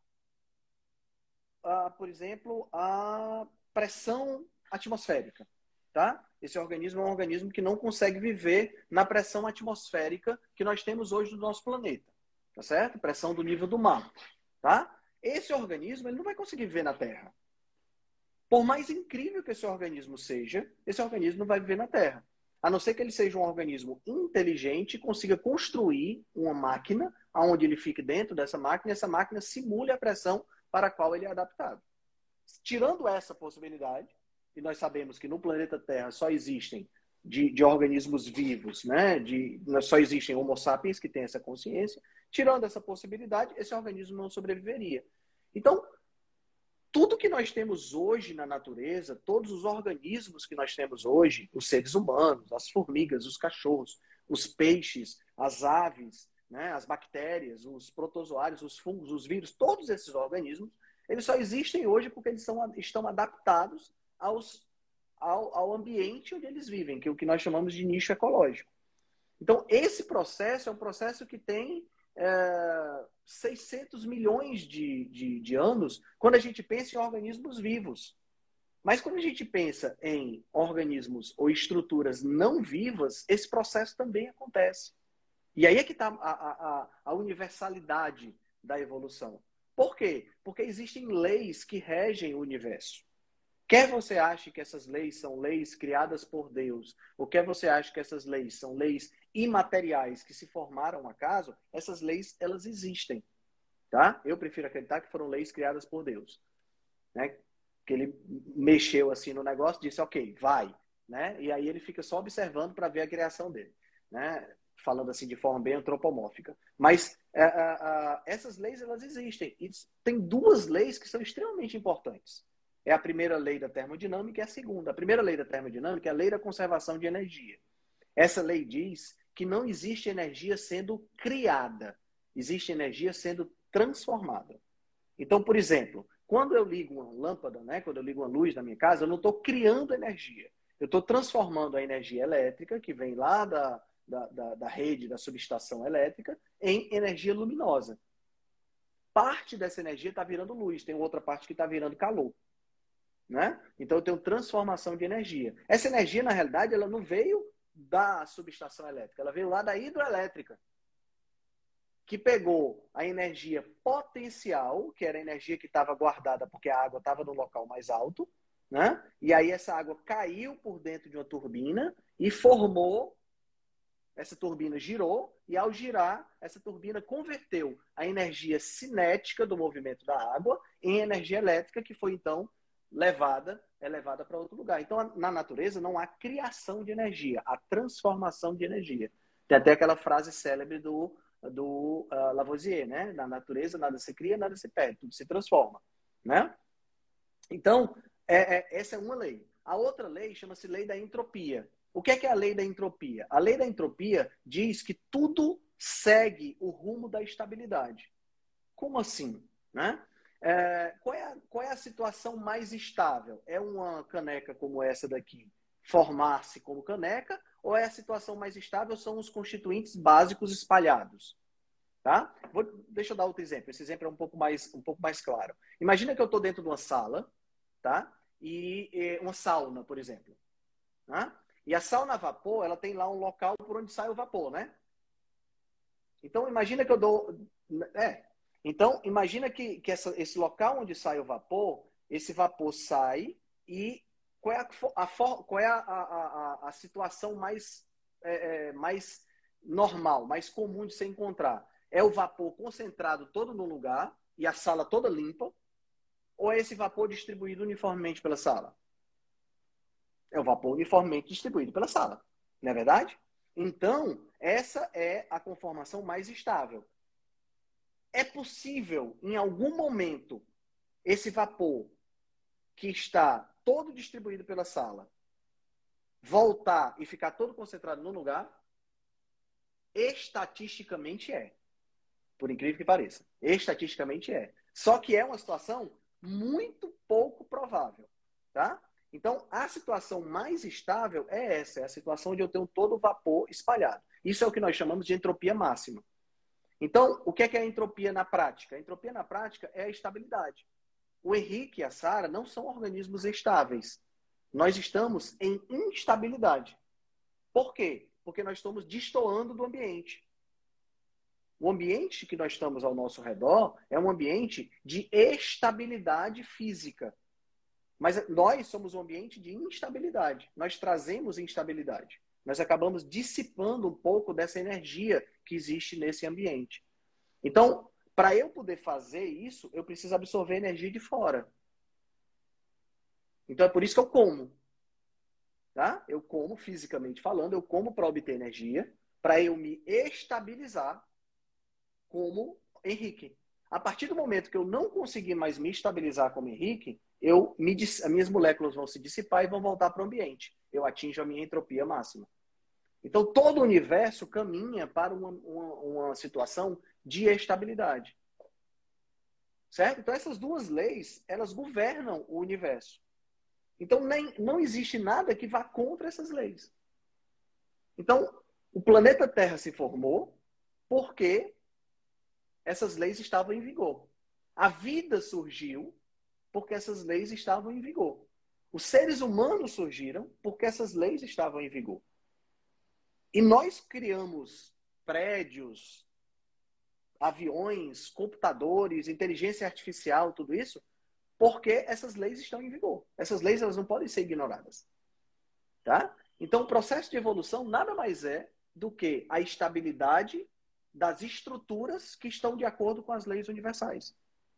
C: por exemplo, à pressão atmosférica. tá? Esse organismo é um organismo que não consegue viver na pressão atmosférica que nós temos hoje no nosso planeta, tá certo? Pressão do nível do mar, tá? Esse organismo, ele não vai conseguir viver na Terra. Por mais incrível que esse organismo seja, esse organismo não vai viver na Terra. A não ser que ele seja um organismo inteligente e consiga construir uma máquina onde ele fique dentro dessa máquina e essa máquina simule a pressão para a qual ele é adaptado. Tirando essa possibilidade, e nós sabemos que no planeta Terra só existem de organismos vivos, né? Só existem Homo sapiens que têm essa consciência. Tirando essa possibilidade, esse organismo não sobreviveria. Então, tudo que nós temos hoje na natureza, todos os organismos que nós temos hoje, os seres humanos, as formigas, os cachorros, os peixes, as aves, né, as bactérias, os protozoários, os fungos, os vírus, todos esses organismos, eles só existem hoje porque eles estão adaptados ao ambiente onde eles vivem, que é o que nós chamamos de nicho ecológico. Então, esse processo é um processo que tem 600 milhões de anos quando a gente pensa em organismos vivos. Mas quando a gente pensa em organismos ou estruturas não vivas, esse processo também acontece. E aí é que está a universalidade da evolução. Por quê? Porque existem leis que regem o universo. Quer você ache que essas leis são leis criadas por Deus, ou quer você ache que essas leis são leis imateriais que se formaram ao acaso, essas leis, elas existem. Tá? Eu prefiro acreditar que foram leis criadas por Deus. Né? Que ele mexeu assim no negócio e disse, ok, vai. Né? E aí ele fica só observando para ver a criação dele. Né? Falando assim de forma bem antropomórfica. Mas essas leis, elas existem. E tem duas leis que são extremamente importantes. É a primeira lei da termodinâmica e a segunda. A primeira lei da termodinâmica é a lei da conservação de energia. Essa lei diz que não existe energia sendo criada. Existe energia sendo transformada. Então, por exemplo, quando eu ligo uma lâmpada, né, quando eu ligo uma luz na minha casa, eu não estou criando energia. Eu estou transformando a energia elétrica, que vem lá da rede, da subestação elétrica, em energia luminosa. Parte dessa energia está virando luz, tem outra parte que está virando calor. Né? Então eu tenho transformação de energia. Essa energia, na realidade, ela não veio da subestação elétrica, ela veio lá da hidroelétrica, que pegou a energia potencial, que era a energia que estava guardada porque a água estava no local mais alto, né? E aí essa água caiu por dentro de uma turbina e formou, essa turbina girou, e ao girar, essa turbina converteu a energia cinética do movimento da água em energia elétrica, que foi então levada para outro lugar. Então, na natureza não há criação de energia, há transformação de energia. Tem até aquela frase célebre do Lavoisier, né? Na natureza nada se cria, nada se perde, tudo se transforma, né? Então, essa é uma lei. A outra lei chama-se lei da entropia. O que é a lei da entropia? A lei da entropia diz que tudo segue o rumo da estabilidade. Como assim, né? Qual é a situação mais estável? É uma caneca como essa daqui formar-se como caneca? Ou é a situação mais estável são os constituintes básicos espalhados? Tá? Deixa eu dar outro exemplo. Esse exemplo é um pouco mais claro. Imagina que eu estou dentro de uma sala, tá? E uma sauna, por exemplo. Tá? E a sauna a vapor, ela tem lá um local por onde sai o vapor, né? Então, imagina que eu dou... Então, imagina que esse local onde sai o vapor, esse vapor sai e qual é a situação mais normal, mais comum de se encontrar? É o vapor concentrado todo no lugar e a sala toda limpa? Ou é esse vapor distribuído uniformemente pela sala? É o vapor uniformemente distribuído pela sala, não é verdade? Então, essa é a conformação mais estável. É possível, em algum momento, esse vapor que está todo distribuído pela sala voltar e ficar todo concentrado no lugar? Estatisticamente é. Por incrível que pareça. Estatisticamente é. Só que é uma situação muito pouco provável. Tá? Então, a situação mais estável é essa. É a situação onde eu tenho todo o vapor espalhado. Isso é o que nós chamamos de entropia máxima. Então, o que é a entropia na prática? A entropia na prática é a estabilidade. O Henrique e a Sara não são organismos estáveis. Nós estamos em instabilidade. Por quê? Porque nós estamos destoando do ambiente. O ambiente que nós estamos ao nosso redor é um ambiente de estabilidade física. Mas nós somos um ambiente de instabilidade. Nós trazemos instabilidade. Nós acabamos dissipando um pouco dessa energia que existe nesse ambiente. Então, para eu poder fazer isso, eu preciso absorver energia de fora. Então, é por isso que eu como. Tá? Eu como, fisicamente falando, eu como para obter energia, para eu me estabilizar como Henrique. A partir do momento que eu não conseguir mais me estabilizar como Henrique, as minhas moléculas vão se dissipar e vão voltar para o ambiente. Eu atinjo a minha entropia máxima. Então, todo o universo caminha para uma situação de estabilidade. Certo? Então, essas duas leis, elas governam o universo. Então, não existe nada que vá contra essas leis. Então, o planeta Terra se formou porque essas leis estavam em vigor. A vida surgiu porque essas leis estavam em vigor. Os seres humanos surgiram porque essas leis estavam em vigor. E nós criamos prédios, aviões, computadores, inteligência artificial, tudo isso, porque essas leis estão em vigor. Essas leis, elas não podem ser ignoradas. Tá? Então, o processo de evolução nada mais é do que a estabilidade das estruturas que estão de acordo com as leis universais.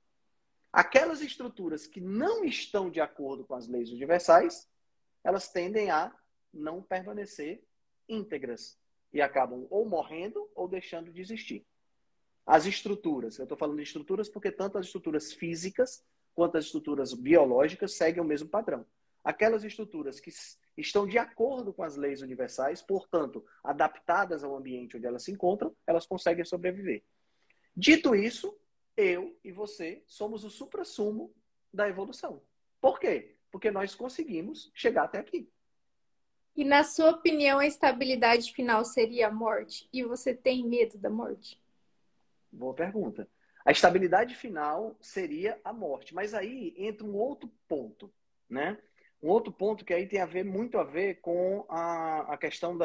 C: Aquelas estruturas que não estão de acordo com as leis universais, elas tendem a não permanecer íntegras e acabam ou morrendo ou deixando de existir. As estruturas, eu estou falando de estruturas porque tanto as estruturas físicas quanto as estruturas biológicas seguem o mesmo padrão. Aquelas estruturas que estão de acordo com as leis universais, portanto, adaptadas ao ambiente onde elas se encontram, elas conseguem sobreviver. Dito isso, eu e você somos o suprassumo da evolução. Por quê? Porque nós conseguimos chegar até aqui.
D: E na sua opinião, a estabilidade final seria a morte? E você tem medo da morte?
C: Boa pergunta. A estabilidade final seria a morte. Mas aí entra um outro ponto, né? Um outro ponto que aí tem muito a ver com a questão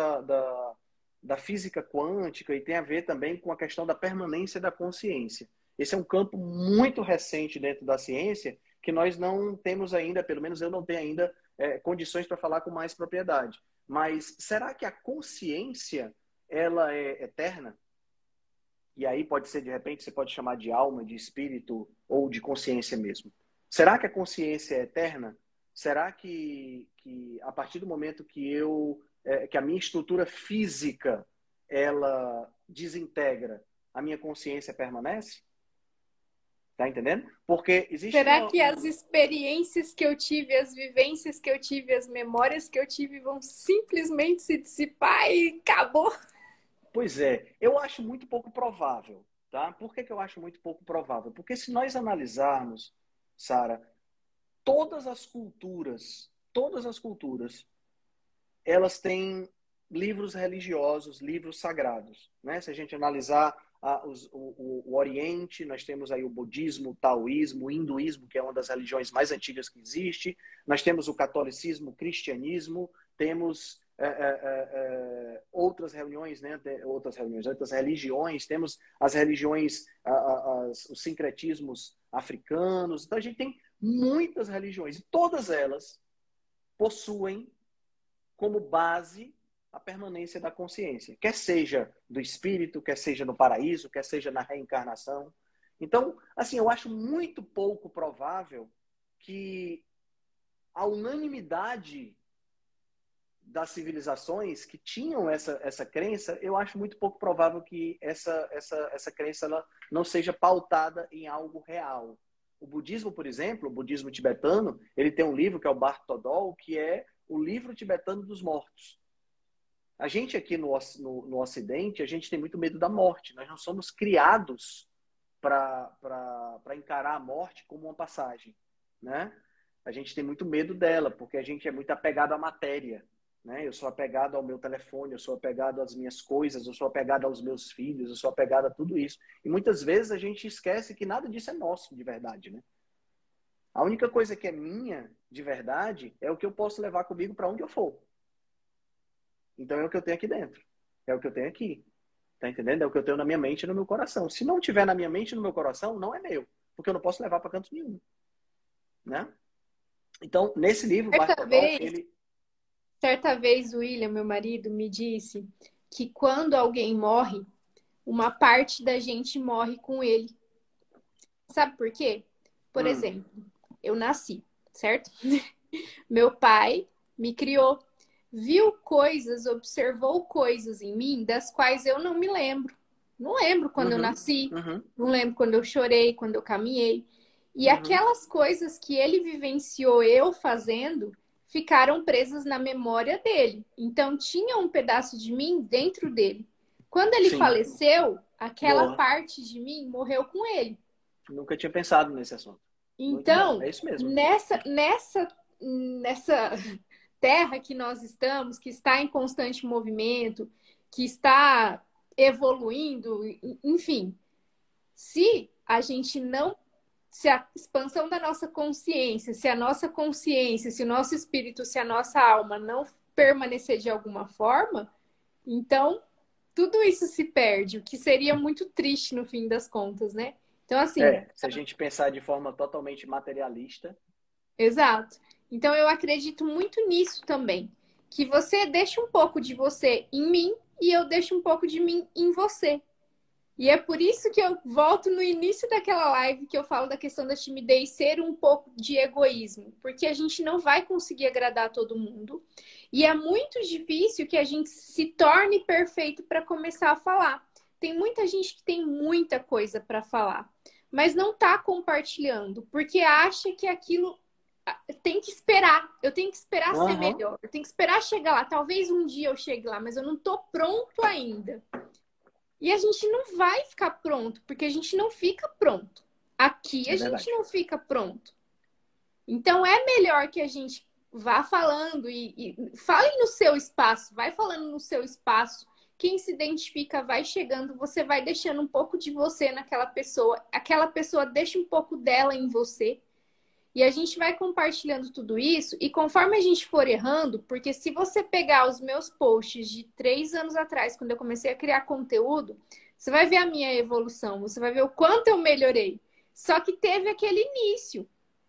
C: da física quântica e tem a ver também com a questão da permanência da consciência. Esse é um campo muito recente dentro da ciência que nós não temos ainda, pelo menos eu não tenho ainda, condições para falar com mais propriedade. Mas será que a consciência ela é eterna? E aí pode ser, de repente, você pode chamar de alma, de espírito ou de consciência mesmo. Será que a consciência é eterna? Será que a partir do momento que que a minha estrutura física ela desintegra, a minha consciência permanece? Tá entendendo? Porque existe
D: Será que as experiências que eu tive, as vivências que eu tive, as memórias que eu tive vão simplesmente se dissipar e acabou?
C: Pois é, eu acho muito pouco provável, tá? Por que eu acho muito pouco provável? Porque se nós analisarmos, Sara, todas as culturas, elas têm livros religiosos, livros sagrados, né? Se a gente analisar o Oriente, nós temos aí o budismo, o taoísmo, o hinduísmo, que é uma das religiões mais antigas que existe. Nós temos o catolicismo, o cristianismo, temos outras religiões, né? Outras religiões, temos as religiões, os sincretismos africanos. Então a gente tem muitas religiões e todas elas possuem como base a permanência da consciência, quer seja do espírito, quer seja no paraíso, quer seja na reencarnação. Então, assim, eu acho muito pouco provável que a unanimidade das civilizações que tinham essa crença, eu acho muito pouco provável que essa crença ela não seja pautada em algo real. O budismo, por exemplo, o budismo tibetano, ele tem um livro que é o Bardo Thodol, que é o livro tibetano dos mortos. A gente aqui no Ocidente, a gente tem muito medo da morte. Nós não somos criados para encarar a morte como uma passagem, né? A gente tem muito medo dela, porque a gente é muito apegado à matéria, né? Eu sou apegado ao meu telefone, eu sou apegado às minhas coisas, eu sou apegado aos meus filhos, eu sou apegado a tudo isso. E muitas vezes a gente esquece que nada disso é nosso de verdade, né? A única coisa que é minha, de verdade, é o que eu posso levar comigo para onde eu for. Então é o que eu tenho aqui dentro. É o que eu tenho aqui. Tá entendendo? É o que eu tenho na minha mente e no meu coração. Se não tiver na minha mente e no meu coração, não é meu. Porque eu não posso levar para canto nenhum. Né? Então, nesse livro, Marco Aurélio, ele...
D: Certa vez, o William, meu marido, me disse que quando alguém morre, uma parte da gente morre com ele. Sabe por quê? Por exemplo, eu nasci, certo? Meu pai me criou, viu coisas, observou coisas em mim das quais eu não me lembro. Não lembro quando eu nasci, não lembro quando eu chorei, quando eu caminhei. E aquelas coisas que ele vivenciou eu fazendo ficaram presas na memória dele. Então tinha um pedaço de mim dentro dele. Quando ele faleceu, aquela parte de mim morreu com ele.
C: Nunca tinha pensado nesse assunto.
D: Então,
C: é isso mesmo.
D: nessa terra que nós estamos, que está em constante movimento, que está evoluindo, enfim, se a gente não, se a expansão da nossa consciência, se a nossa consciência, se o nosso espírito, se a nossa alma não permanecer de alguma forma, então tudo isso se perde, o que seria muito triste no fim das contas, né? Então, assim.
C: Se a gente pensar de forma totalmente materialista.
D: Exato. Então, eu acredito muito nisso também. Que você deixa um pouco de você em mim e eu deixo um pouco de mim em você. E é por isso que eu volto no início daquela live que eu falo da questão da timidez ser um pouco de egoísmo. Porque a gente não vai conseguir agradar todo mundo. E é muito difícil que a gente se torne perfeito para começar a falar. Tem muita gente que tem muita coisa para falar, mas não está compartilhando, porque acha que aquilo tem que esperar. Eu tenho que esperar ser melhor. Eu tenho que esperar chegar lá. Talvez um dia eu chegue lá, mas eu não estou pronto ainda. E a gente não vai ficar pronto, porque a gente não fica pronto. Aqui a gente não fica pronto. Então é melhor que a gente vá falando e fale no seu espaço, vai falando no seu espaço. Quem se identifica vai chegando, você vai deixando um pouco de você naquela pessoa, aquela pessoa deixa um pouco dela em você. E a gente vai compartilhando tudo isso, e conforme a gente for errando, porque se você pegar os meus posts de 3 anos atrás, quando eu comecei a criar conteúdo, você vai ver a minha evolução, você vai ver o quanto eu melhorei. Só que teve aquele início.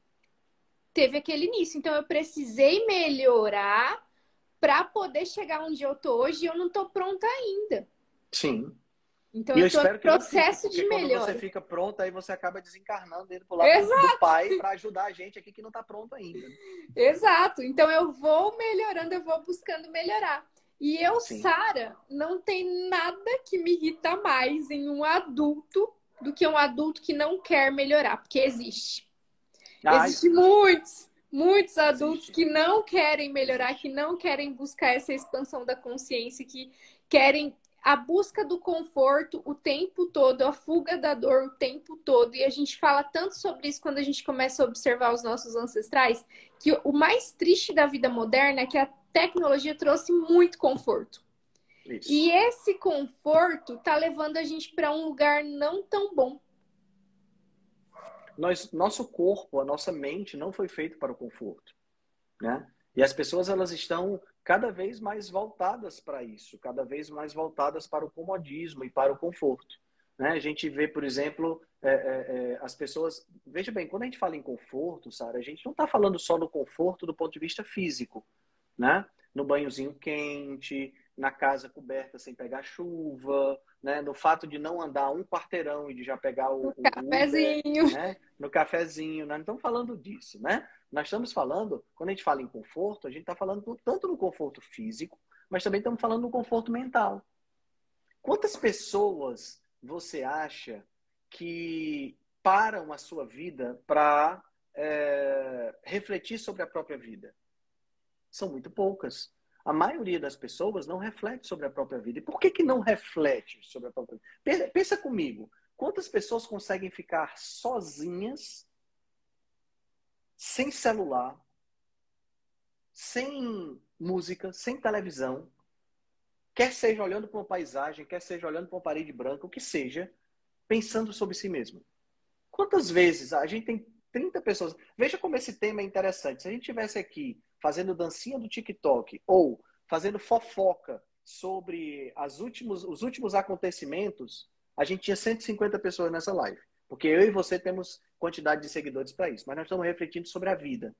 D: Então eu precisei melhorar para poder chegar onde eu tô hoje, e eu não tô pronta ainda.
C: Sim.
D: Então eu tô em processo de melhora.
C: Quando você fica pronta, aí você acaba desencarnando indo pro lado do pai para ajudar a gente aqui que não tá pronto ainda.
D: Exato. Então eu vou melhorando, eu vou buscando melhorar. E eu, Sara, não tem nada que me irrita mais em um adulto do que um adulto que não quer melhorar, porque existe. Existem muitos adultos que não querem melhorar, que não querem buscar essa expansão da consciência, que querem a busca do conforto o tempo todo, a fuga da dor o tempo todo. E a gente fala tanto sobre isso quando a gente começa a observar os nossos ancestrais, que o mais triste da vida moderna é que a tecnologia trouxe muito conforto. Isso. E esse conforto tá levando a gente para um lugar não tão bom.
C: Nosso corpo, a nossa mente não foi feito para o conforto, né? E as pessoas, elas estão cada vez mais voltadas para isso, cada vez mais voltadas para o comodismo e para o conforto, né? A gente vê, por exemplo, as pessoas... Veja bem, quando a gente fala em conforto, Sara, a gente não está falando só do conforto do ponto de vista físico, né? No banhozinho quente, na casa coberta sem pegar chuva, né? No fato de não andar um quarteirão e de já pegar o
D: cafezinho,
C: Uber, né? No cafezinho. Nós não estamos falando disso, né? Nós estamos falando, quando a gente fala em conforto, a gente está falando tanto no conforto físico, mas também estamos falando no conforto mental. Quantas pessoas você acha que param a sua vida para refletir sobre a própria vida? São muito poucas. A maioria das pessoas não reflete sobre a própria vida. E por que não reflete sobre a própria vida? Pensa comigo. Quantas pessoas conseguem ficar sozinhas, sem celular, sem música, sem televisão, quer seja olhando para uma paisagem, quer seja olhando para uma parede branca, o que seja, pensando sobre si mesmo? Quantas vezes a gente tem 30 pessoas. Veja como esse tema é interessante. Se a gente tivesse aqui fazendo dancinha do TikTok ou fazendo fofoca sobre os últimos acontecimentos, a gente tinha 150 pessoas nessa live. Porque eu e você temos quantidade de seguidores para isso. Mas nós estamos refletindo sobre a vida.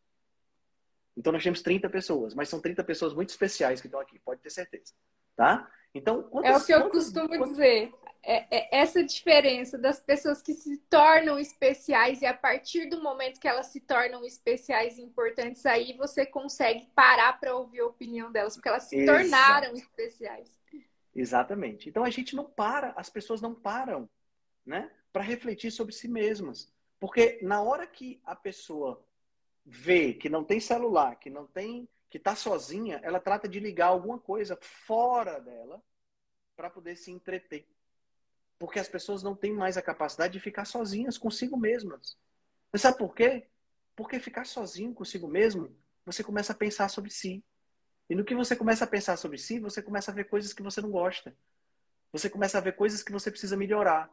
C: Então nós temos 30 pessoas, mas são 30 pessoas muito especiais que estão aqui, pode ter certeza. Tá? Então,
D: é o que eu costumo dizer. Essa diferença das pessoas que se tornam especiais e a partir do momento que elas se tornam especiais e importantes, aí você consegue parar para ouvir a opinião delas, porque elas se tornaram especiais.
C: Exatamente. Então a gente não para, as pessoas não param, né, para refletir sobre si mesmas. Porque na hora que a pessoa vê que não tem celular, que está sozinha, ela trata de ligar alguma coisa fora dela para poder se entreter. Porque as pessoas não têm mais a capacidade de ficar sozinhas consigo mesmas. Mas sabe por quê? Porque ficar sozinho consigo mesmo, você começa a pensar sobre si. E no que você começa a pensar sobre si, você começa a ver coisas que você não gosta. Você começa a ver coisas que você precisa melhorar.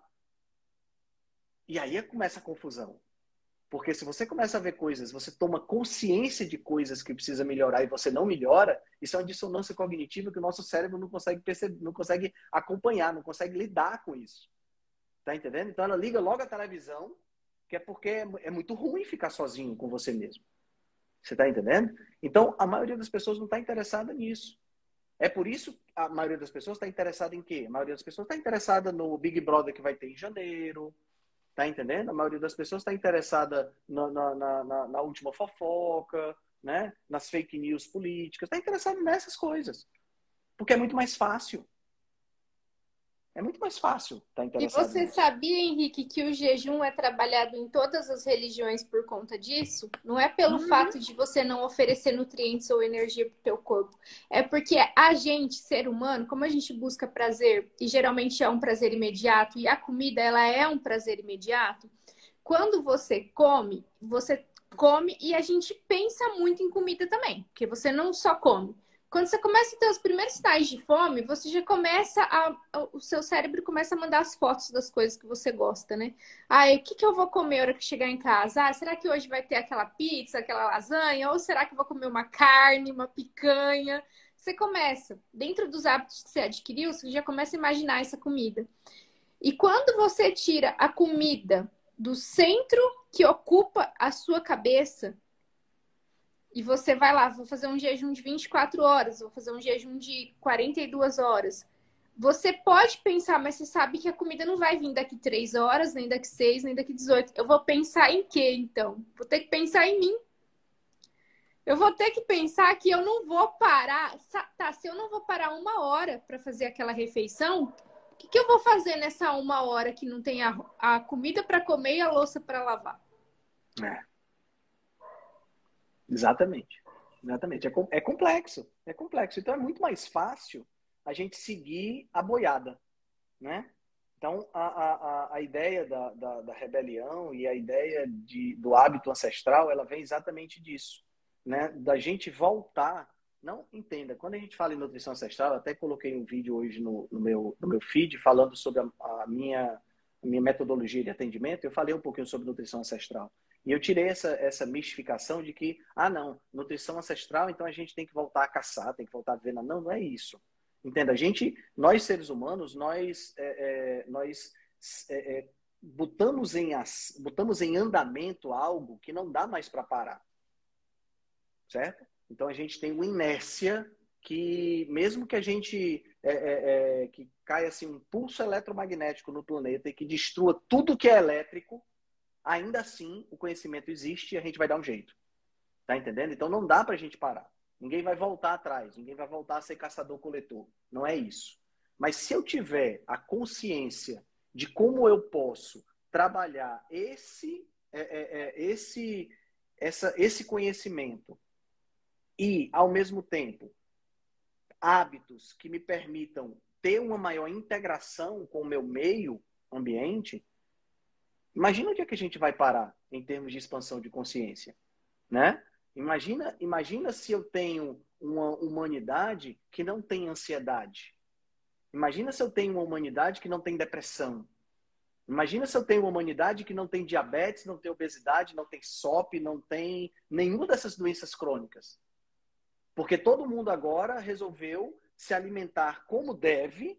C: E aí começa a confusão. Porque se você começa a ver coisas, você toma consciência de coisas que precisa melhorar e você não melhora, isso é uma dissonância cognitiva que o nosso cérebro não consegue perceber, não consegue acompanhar, não consegue lidar com isso. Tá entendendo? Então ela liga logo a televisão, que é porque é muito ruim ficar sozinho com você mesmo. Você tá entendendo? Então a maioria das pessoas não está interessada nisso. É por isso que a maioria das pessoas está interessada em quê? A maioria das pessoas está interessada no Big Brother que vai ter em janeiro. Tá entendendo? A maioria das pessoas está interessada na última fofoca, né? Nas fake news políticas. Está interessado nessas coisas. Porque é muito mais fácil. É muito mais fácil estar interessado
D: E você
C: nisso.
D: sabia, Henrique, que o jejum é trabalhado em todas as religiões por conta disso? Não é pelo fato de você não oferecer nutrientes ou energia para o teu corpo. É porque a gente, ser humano, como a gente busca prazer, e geralmente é um prazer imediato, e a comida ela é um prazer imediato, quando você come e a gente pensa muito em comida também, porque você não só come. Quando você começa a ter os primeiros sinais de fome, você já começa o seu cérebro começa a mandar as fotos das coisas que você gosta, né? Ah, o que eu vou comer na hora que chegar em casa? Ah, será que hoje vai ter aquela pizza, aquela lasanha? Ou será que eu vou comer uma carne, uma picanha? Você começa, dentro dos hábitos que você adquiriu, você já começa a imaginar essa comida. E quando você tira a comida do centro que ocupa a sua cabeça, e você vai lá, vou fazer um jejum de 24 horas, vou fazer um jejum de 42 horas. Você pode pensar, mas você sabe que a comida não vai vir daqui 3 horas, nem daqui 6, nem daqui 18. Eu vou pensar em quê, então? Vou ter que pensar em mim. Eu vou ter que pensar que eu não vou parar. Tá, se eu não vou parar 1 hora para fazer aquela refeição, o que eu vou fazer nessa 1 hora que não tem a comida para comer e a louça para lavar?
C: Exatamente. Exatamente. É complexo. É complexo. Então é muito mais fácil a gente seguir a boiada, né? Então a ideia da rebelião e a ideia do hábito ancestral, ela vem exatamente disso, né? Da gente voltar. Não entenda, quando a gente fala em nutrição ancestral, eu até coloquei um vídeo hoje no meu feed falando sobre a minha metodologia de atendimento. Eu falei um pouquinho sobre nutrição ancestral. E eu tirei essa mistificação de que, não, nutrição ancestral, então a gente tem que voltar a caçar, tem que voltar a ver. Não, não é isso. Entenda, nós seres humanos, nós botamos em andamento algo que não dá mais para parar. Certo? Então a gente tem uma inércia que, mesmo que a gente que caia assim, um pulso eletromagnético no planeta e que destrua tudo que é elétrico, ainda assim o conhecimento existe e a gente vai dar um jeito. Tá entendendo? Então não dá pra gente parar. Ninguém vai voltar atrás, ninguém vai voltar a ser caçador-coletor. Não é isso. Mas se eu tiver a consciência de como eu posso trabalhar esse conhecimento e, ao mesmo tempo, hábitos que me permitam ter uma maior integração com o meu meio ambiente, imagina onde é que a gente vai parar em termos de expansão de consciência, né? Imagina se eu tenho uma humanidade que não tem ansiedade. Imagina se eu tenho uma humanidade que não tem depressão. Imagina se eu tenho uma humanidade que não tem diabetes, não tem obesidade, não tem SOP, não tem nenhuma dessas doenças crônicas. Porque todo mundo agora resolveu se alimentar como deve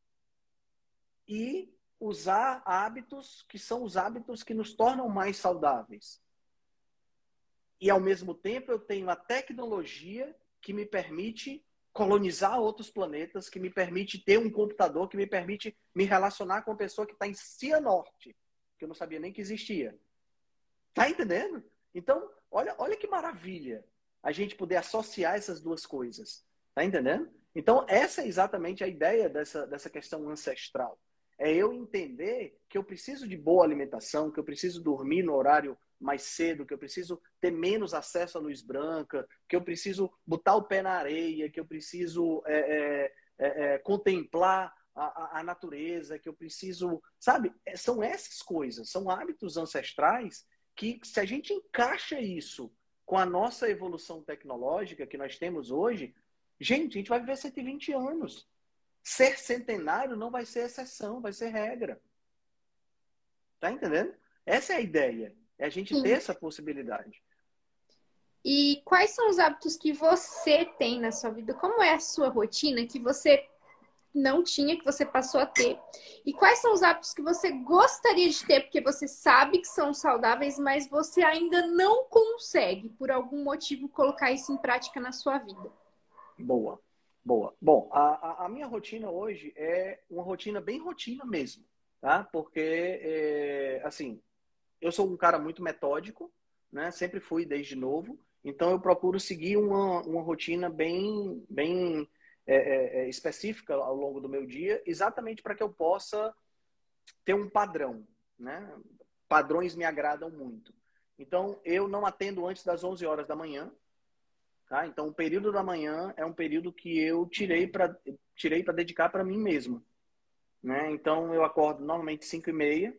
C: e usar hábitos que são os hábitos que nos tornam mais saudáveis. E, ao mesmo tempo, eu tenho a tecnologia que me permite colonizar outros planetas, que me permite ter um computador, que me permite me relacionar com uma pessoa que está em Cianorte, que eu não sabia nem que existia. Tá entendendo? Então, olha que maravilha a gente poder associar essas duas coisas. Tá entendendo? Então, essa é exatamente a ideia dessa questão ancestral. É eu entender que eu preciso de boa alimentação, que eu preciso dormir no horário mais cedo, que eu preciso ter menos acesso à luz branca, que eu preciso botar o pé na areia, que eu preciso contemplar a natureza, que eu preciso... Sabe? São essas coisas, são hábitos ancestrais que, se a gente encaixa isso com a nossa evolução tecnológica que nós temos hoje, gente, a gente vai viver 120 anos. Ser centenário não vai ser exceção, vai ser regra. Tá entendendo? Essa é a ideia. É a gente ter essa possibilidade.
D: E quais são os hábitos que você tem na sua vida? Como é a sua rotina que você não tinha, que você passou a ter? E quais são os hábitos que você gostaria de ter, porque você sabe que são saudáveis, mas você ainda não consegue, por algum motivo, colocar isso em prática na sua vida?
C: Boa, boa. Bom, a minha rotina hoje é uma rotina bem rotina mesmo, tá? Porque, assim, eu sou um cara muito metódico, né? Sempre fui desde novo. Então, eu procuro seguir uma rotina bem específica ao longo do meu dia, exatamente para que eu possa ter um padrão, né? Padrões me agradam muito. Então, eu não atendo antes das 11 horas da manhã, tá? Então, o período da manhã é um período que eu tirei para dedicar para mim mesmo, né? Então, eu acordo normalmente 5h30.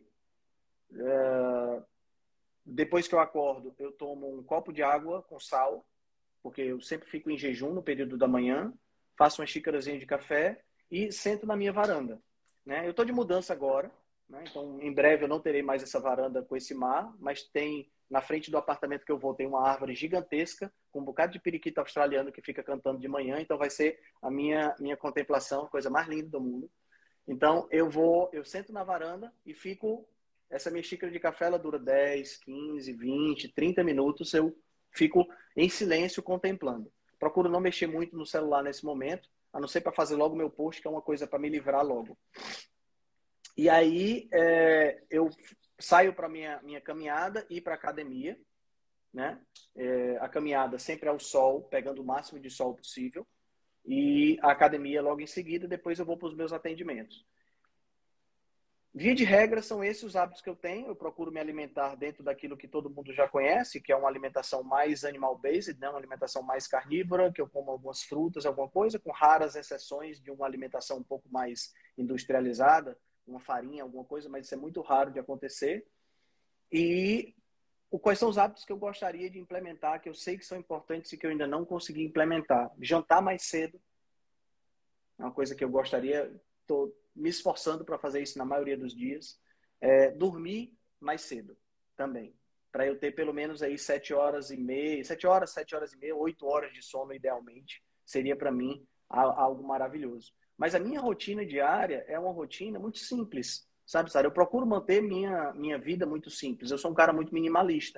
C: Depois que eu acordo, eu tomo um copo de água com sal, porque eu sempre fico em jejum no período da manhã, faço uma xícarazinha de café e sento na minha varanda, né? Eu estou de mudança agora, né? Então, em breve eu não terei mais essa varanda com esse mar, mas tem, na frente do apartamento que eu vou, tem uma árvore gigantesca com um bocado de periquito australiano que fica cantando de manhã, então vai ser a minha contemplação, a coisa mais linda do mundo. Então, eu sento na varanda e fico... Essa minha xícara de café, ela dura 10, 15, 20, 30 minutos. Eu fico em silêncio contemplando. Procuro não mexer muito no celular nesse momento, a não ser para fazer logo meu post, que é uma coisa para me livrar logo. E aí, eu saio para minha caminhada e para academia, né? A caminhada sempre ao sol, pegando o máximo de sol possível. E a academia logo em seguida, depois eu vou para os meus atendimentos. Via de regra, são esses os hábitos que eu tenho. Eu procuro me alimentar dentro daquilo que todo mundo já conhece, que é uma alimentação mais animal-based, né? Uma alimentação mais carnívora, que eu como algumas frutas, alguma coisa, com raras exceções de uma alimentação um pouco mais industrializada, uma farinha, alguma coisa, mas isso é muito raro de acontecer. E quais são os hábitos que eu gostaria de implementar, que eu sei que são importantes e que eu ainda não consegui implementar? Jantar mais cedo, é uma coisa que eu gostaria... Estou me esforçando para fazer isso na maioria dos dias. Dormir mais cedo também. Para eu ter pelo menos aí 7 horas e meia, 8 horas de sono idealmente. Seria para mim algo maravilhoso. Mas a minha rotina diária é uma rotina muito simples. Sabe, Sara? Eu procuro manter minha vida muito simples. Eu sou um cara muito minimalista.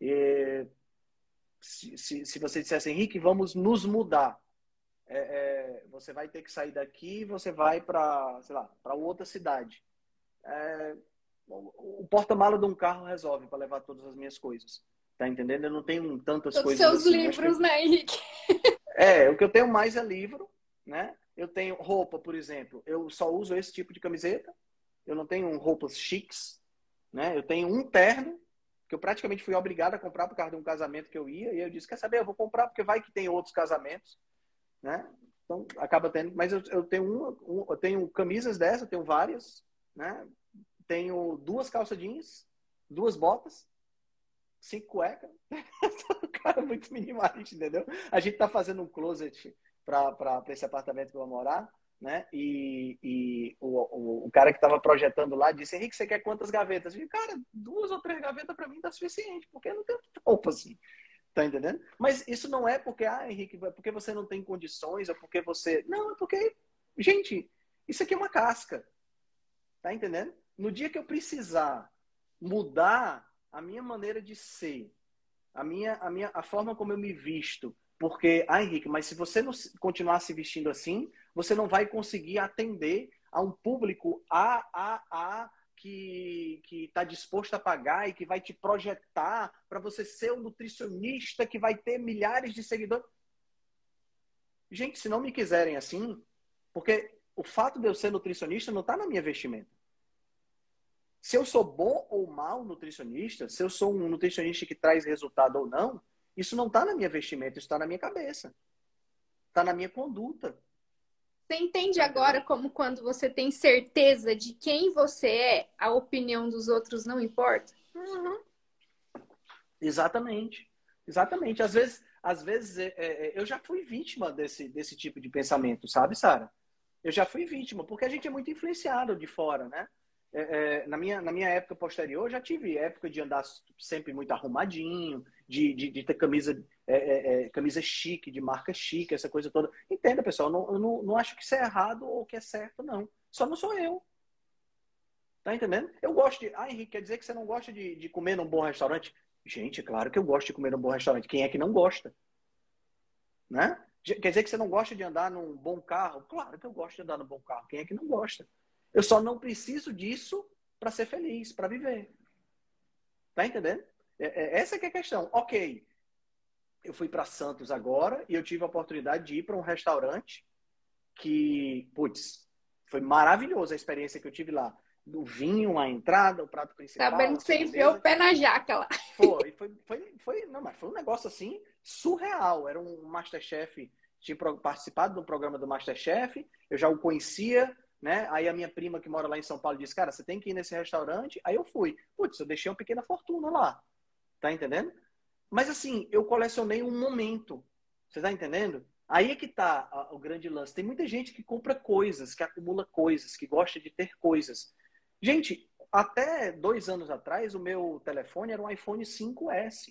C: Se você dissesse, Henrique, vamos nos mudar. Você vai ter que sair daqui e você vai para, sei lá, para outra cidade. O porta-mala de um carro resolve para levar todas as minhas coisas. Tá entendendo? Eu não tenho tantas
D: Todos
C: coisas
D: seus
C: assim.
D: livros, né, Henrique?
C: O que eu tenho mais é livro, né? Eu tenho roupa, por exemplo. Eu só uso esse tipo de camiseta. Eu não tenho roupas chiques, né? Eu tenho um terno que eu praticamente fui obrigado a comprar por causa de um casamento que eu ia. E eu disse, quer saber? Eu vou comprar porque vai que tem outros casamentos. Né? Então, acaba tendo... Mas eu tenho eu tenho camisas dessas, eu tenho várias, né? Tenho 2 calças jeans, 2 botas, 5 cuecas. Sou um cara muito minimalista, entendeu? A gente tá fazendo um closet para esse apartamento que eu vou morar. né? E o cara que estava projetando lá disse, Henrique, você quer quantas gavetas? Eu disse, cara, 2 ou 3 gavetas para mim tá suficiente, porque eu não tenho roupa assim. Tá entendendo? Mas isso não é porque, Henrique, é porque você não tem condições, é porque você... Não, é porque, gente, isso aqui é uma casca. Tá entendendo? No dia que eu precisar mudar a minha maneira de ser, a forma como eu me visto, porque, Henrique, mas se você não continuar se vestindo assim, você não vai conseguir atender a um público que está disposto a pagar e que vai te projetar para você ser um nutricionista que vai ter milhares de seguidores. Gente, se não me quiserem assim, porque o fato de eu ser nutricionista não está na minha vestimenta. Se eu sou bom ou mau nutricionista, se eu sou um nutricionista que traz resultado ou não, isso não está na minha vestimenta, isso está na minha cabeça. Está na minha conduta.
D: Você entende agora como quando você tem certeza de quem você é, a opinião dos outros não importa?
C: Uhum. Exatamente. Exatamente. Às vezes eu já fui vítima desse tipo de pensamento, sabe, Sara? Eu já fui vítima, porque a gente é muito influenciado de fora, né? Na minha época posterior, eu já tive época de andar sempre muito arrumadinho, de ter camisa chique, de marca chique, essa coisa toda. Entenda, pessoal, eu não acho que isso é errado ou que é certo, não. Só não sou eu. Tá entendendo? Eu gosto de... Henrique, quer dizer que você não gosta de comer num bom restaurante? Gente, claro que eu gosto de comer num bom restaurante. Quem é que não gosta? Né? Quer dizer que você não gosta de andar num bom carro? Claro que eu gosto de andar num bom carro. Quem é que não gosta? Eu só não preciso disso para ser feliz, para viver. Tá entendendo? Essa que é a questão. Ok, eu fui para Santos agora e eu tive a oportunidade de ir para um restaurante que, putz, foi maravilhosa a experiência que eu tive lá. Do vinho, a entrada, o prato principal.
D: Sabendo que você enfiou o pé na jaca lá.
C: Não, mas foi um negócio assim surreal. Era um Masterchef, tinha participado do programa do Masterchef, eu já o conhecia, né? Aí a minha prima que mora lá em São Paulo disse, cara, você tem que ir nesse restaurante. Aí eu fui. Putz, eu deixei uma pequena fortuna lá. Tá entendendo? Mas assim, eu colecionei um momento. Você tá entendendo? Aí é que tá o grande lance. Tem muita gente que compra coisas, que acumula coisas, que gosta de ter coisas. Gente, até 2 anos atrás, o meu telefone era um iPhone 5S.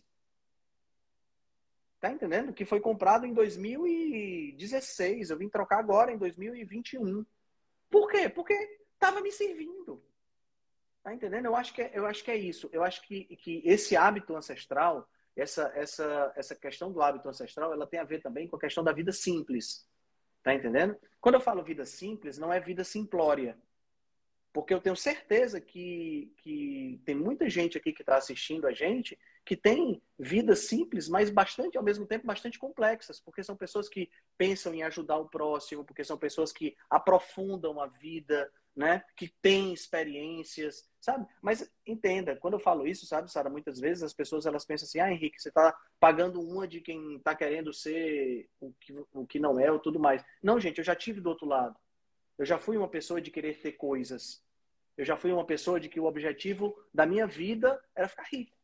C: Tá entendendo? Que foi comprado em 2016. Eu vim trocar agora em 2021. Por quê? Porque estava me servindo. Tá entendendo? Eu acho que é isso. Eu acho que esse hábito ancestral, essa questão do hábito ancestral, ela tem a ver também com a questão da vida simples. Tá entendendo? Quando eu falo vida simples, não é vida simplória. Porque eu tenho certeza que tem muita gente aqui que está assistindo a gente que tem vidas simples, mas ao mesmo tempo, bastante complexas. Porque são pessoas que pensam em ajudar o próximo, porque são pessoas que aprofundam a vida, né? Que têm experiências, sabe? Mas entenda, quando eu falo isso, sabe, Sara, muitas vezes as pessoas elas pensam assim, Henrique, você está pagando uma de quem está querendo ser o que não é ou tudo mais. Não, gente, eu já tive do outro lado. Eu já fui uma pessoa de querer ter coisas. Eu já fui uma pessoa de que o objetivo da minha vida era ficar rico.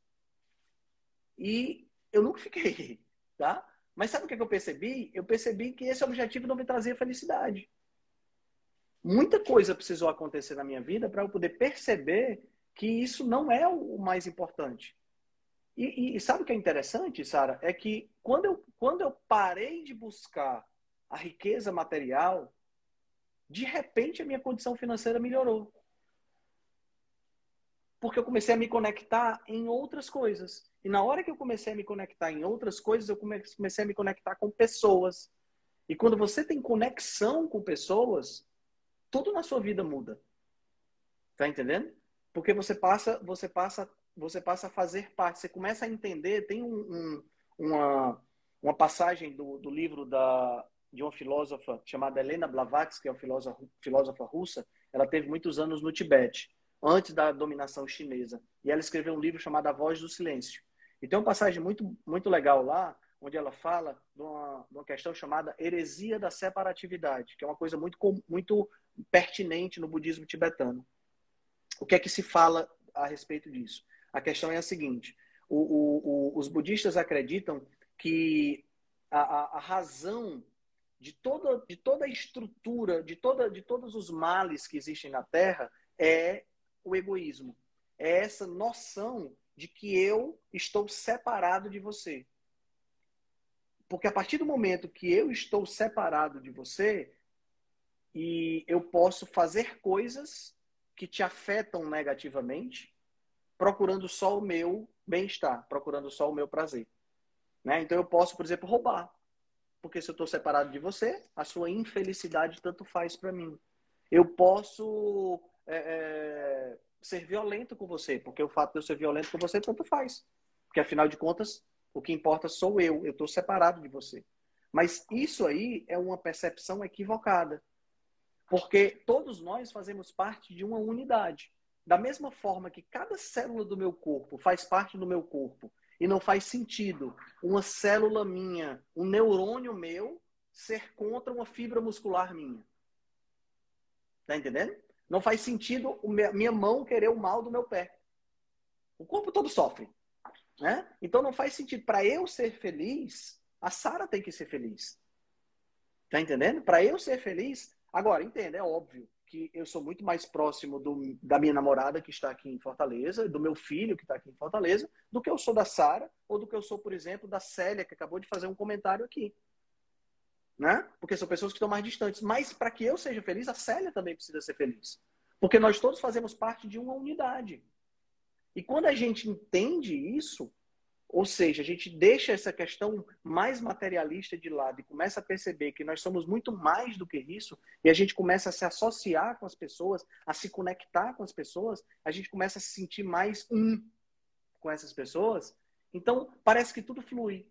C: E eu nunca fiquei rico, tá? Mas sabe o que eu percebi? Eu percebi que esse objetivo não me trazia felicidade. Muita coisa precisou acontecer na minha vida para eu poder perceber que isso não é o mais importante. E sabe o que é interessante, Sara? É que quando eu parei de buscar a riqueza material, de repente a minha condição financeira melhorou. Porque eu comecei a me conectar em outras coisas. E na hora que eu comecei a me conectar em outras coisas, eu comecei a me conectar com pessoas. E quando você tem conexão com pessoas, tudo na sua vida muda. Tá entendendo? Porque você passa a fazer parte. Você começa a entender. Tem uma passagem do livro de uma filósofa chamada Helena Blavatsky, que é uma filósofa russa. Ela teve muitos anos no Tibete, antes da dominação chinesa. E ela escreveu um livro chamado A Voz do Silêncio. E tem uma passagem muito, muito legal lá, onde ela fala de uma questão chamada heresia da separatividade, que é uma coisa muito, muito pertinente no budismo tibetano. O que é que se fala a respeito disso? A questão é a seguinte: os budistas acreditam que a razão de toda a estrutura, de todos os males que existem na Terra, é o egoísmo. É essa noção de que eu estou separado de você. Porque a partir do momento que eu estou separado de você, e eu posso fazer coisas que te afetam negativamente, procurando só o meu bem-estar, procurando só o meu prazer. Né? Então eu posso, por exemplo, roubar. Porque se eu estou separado de você, a sua infelicidade tanto faz para mim. Eu posso ser violento com você, porque o fato de eu ser violento com você tanto faz. Porque afinal de contas, o que importa sou eu estou separado de você. Mas isso aí é uma percepção equivocada. Porque todos nós fazemos parte de uma unidade. Da mesma forma que cada célula do meu corpo faz parte do meu corpo, e não faz sentido uma célula minha, um neurônio meu, ser contra uma fibra muscular minha. Tá entendendo? Não faz sentido minha mão querer o mal do meu pé. O corpo todo sofre. Né? Então não faz sentido. Para eu ser feliz, a Sara tem que ser feliz. Tá entendendo? Para eu ser feliz... Agora, entenda, é óbvio que eu sou muito mais próximo da minha namorada que está aqui em Fortaleza, do meu filho que está aqui em Fortaleza, do que eu sou da Sara, ou do que eu sou, por exemplo, da Célia, que acabou de fazer um comentário aqui. Né? Porque são pessoas que estão mais distantes. Mas para que eu seja feliz, a Célia também precisa ser feliz. Porque nós todos fazemos parte de uma unidade. E quando a gente entende isso, ou seja, a gente deixa essa questão mais materialista de lado e começa a perceber que nós somos muito mais do que isso, e a gente começa a se associar com as pessoas, a se conectar com as pessoas, a gente começa a se sentir mais com essas pessoas, então parece que tudo flui.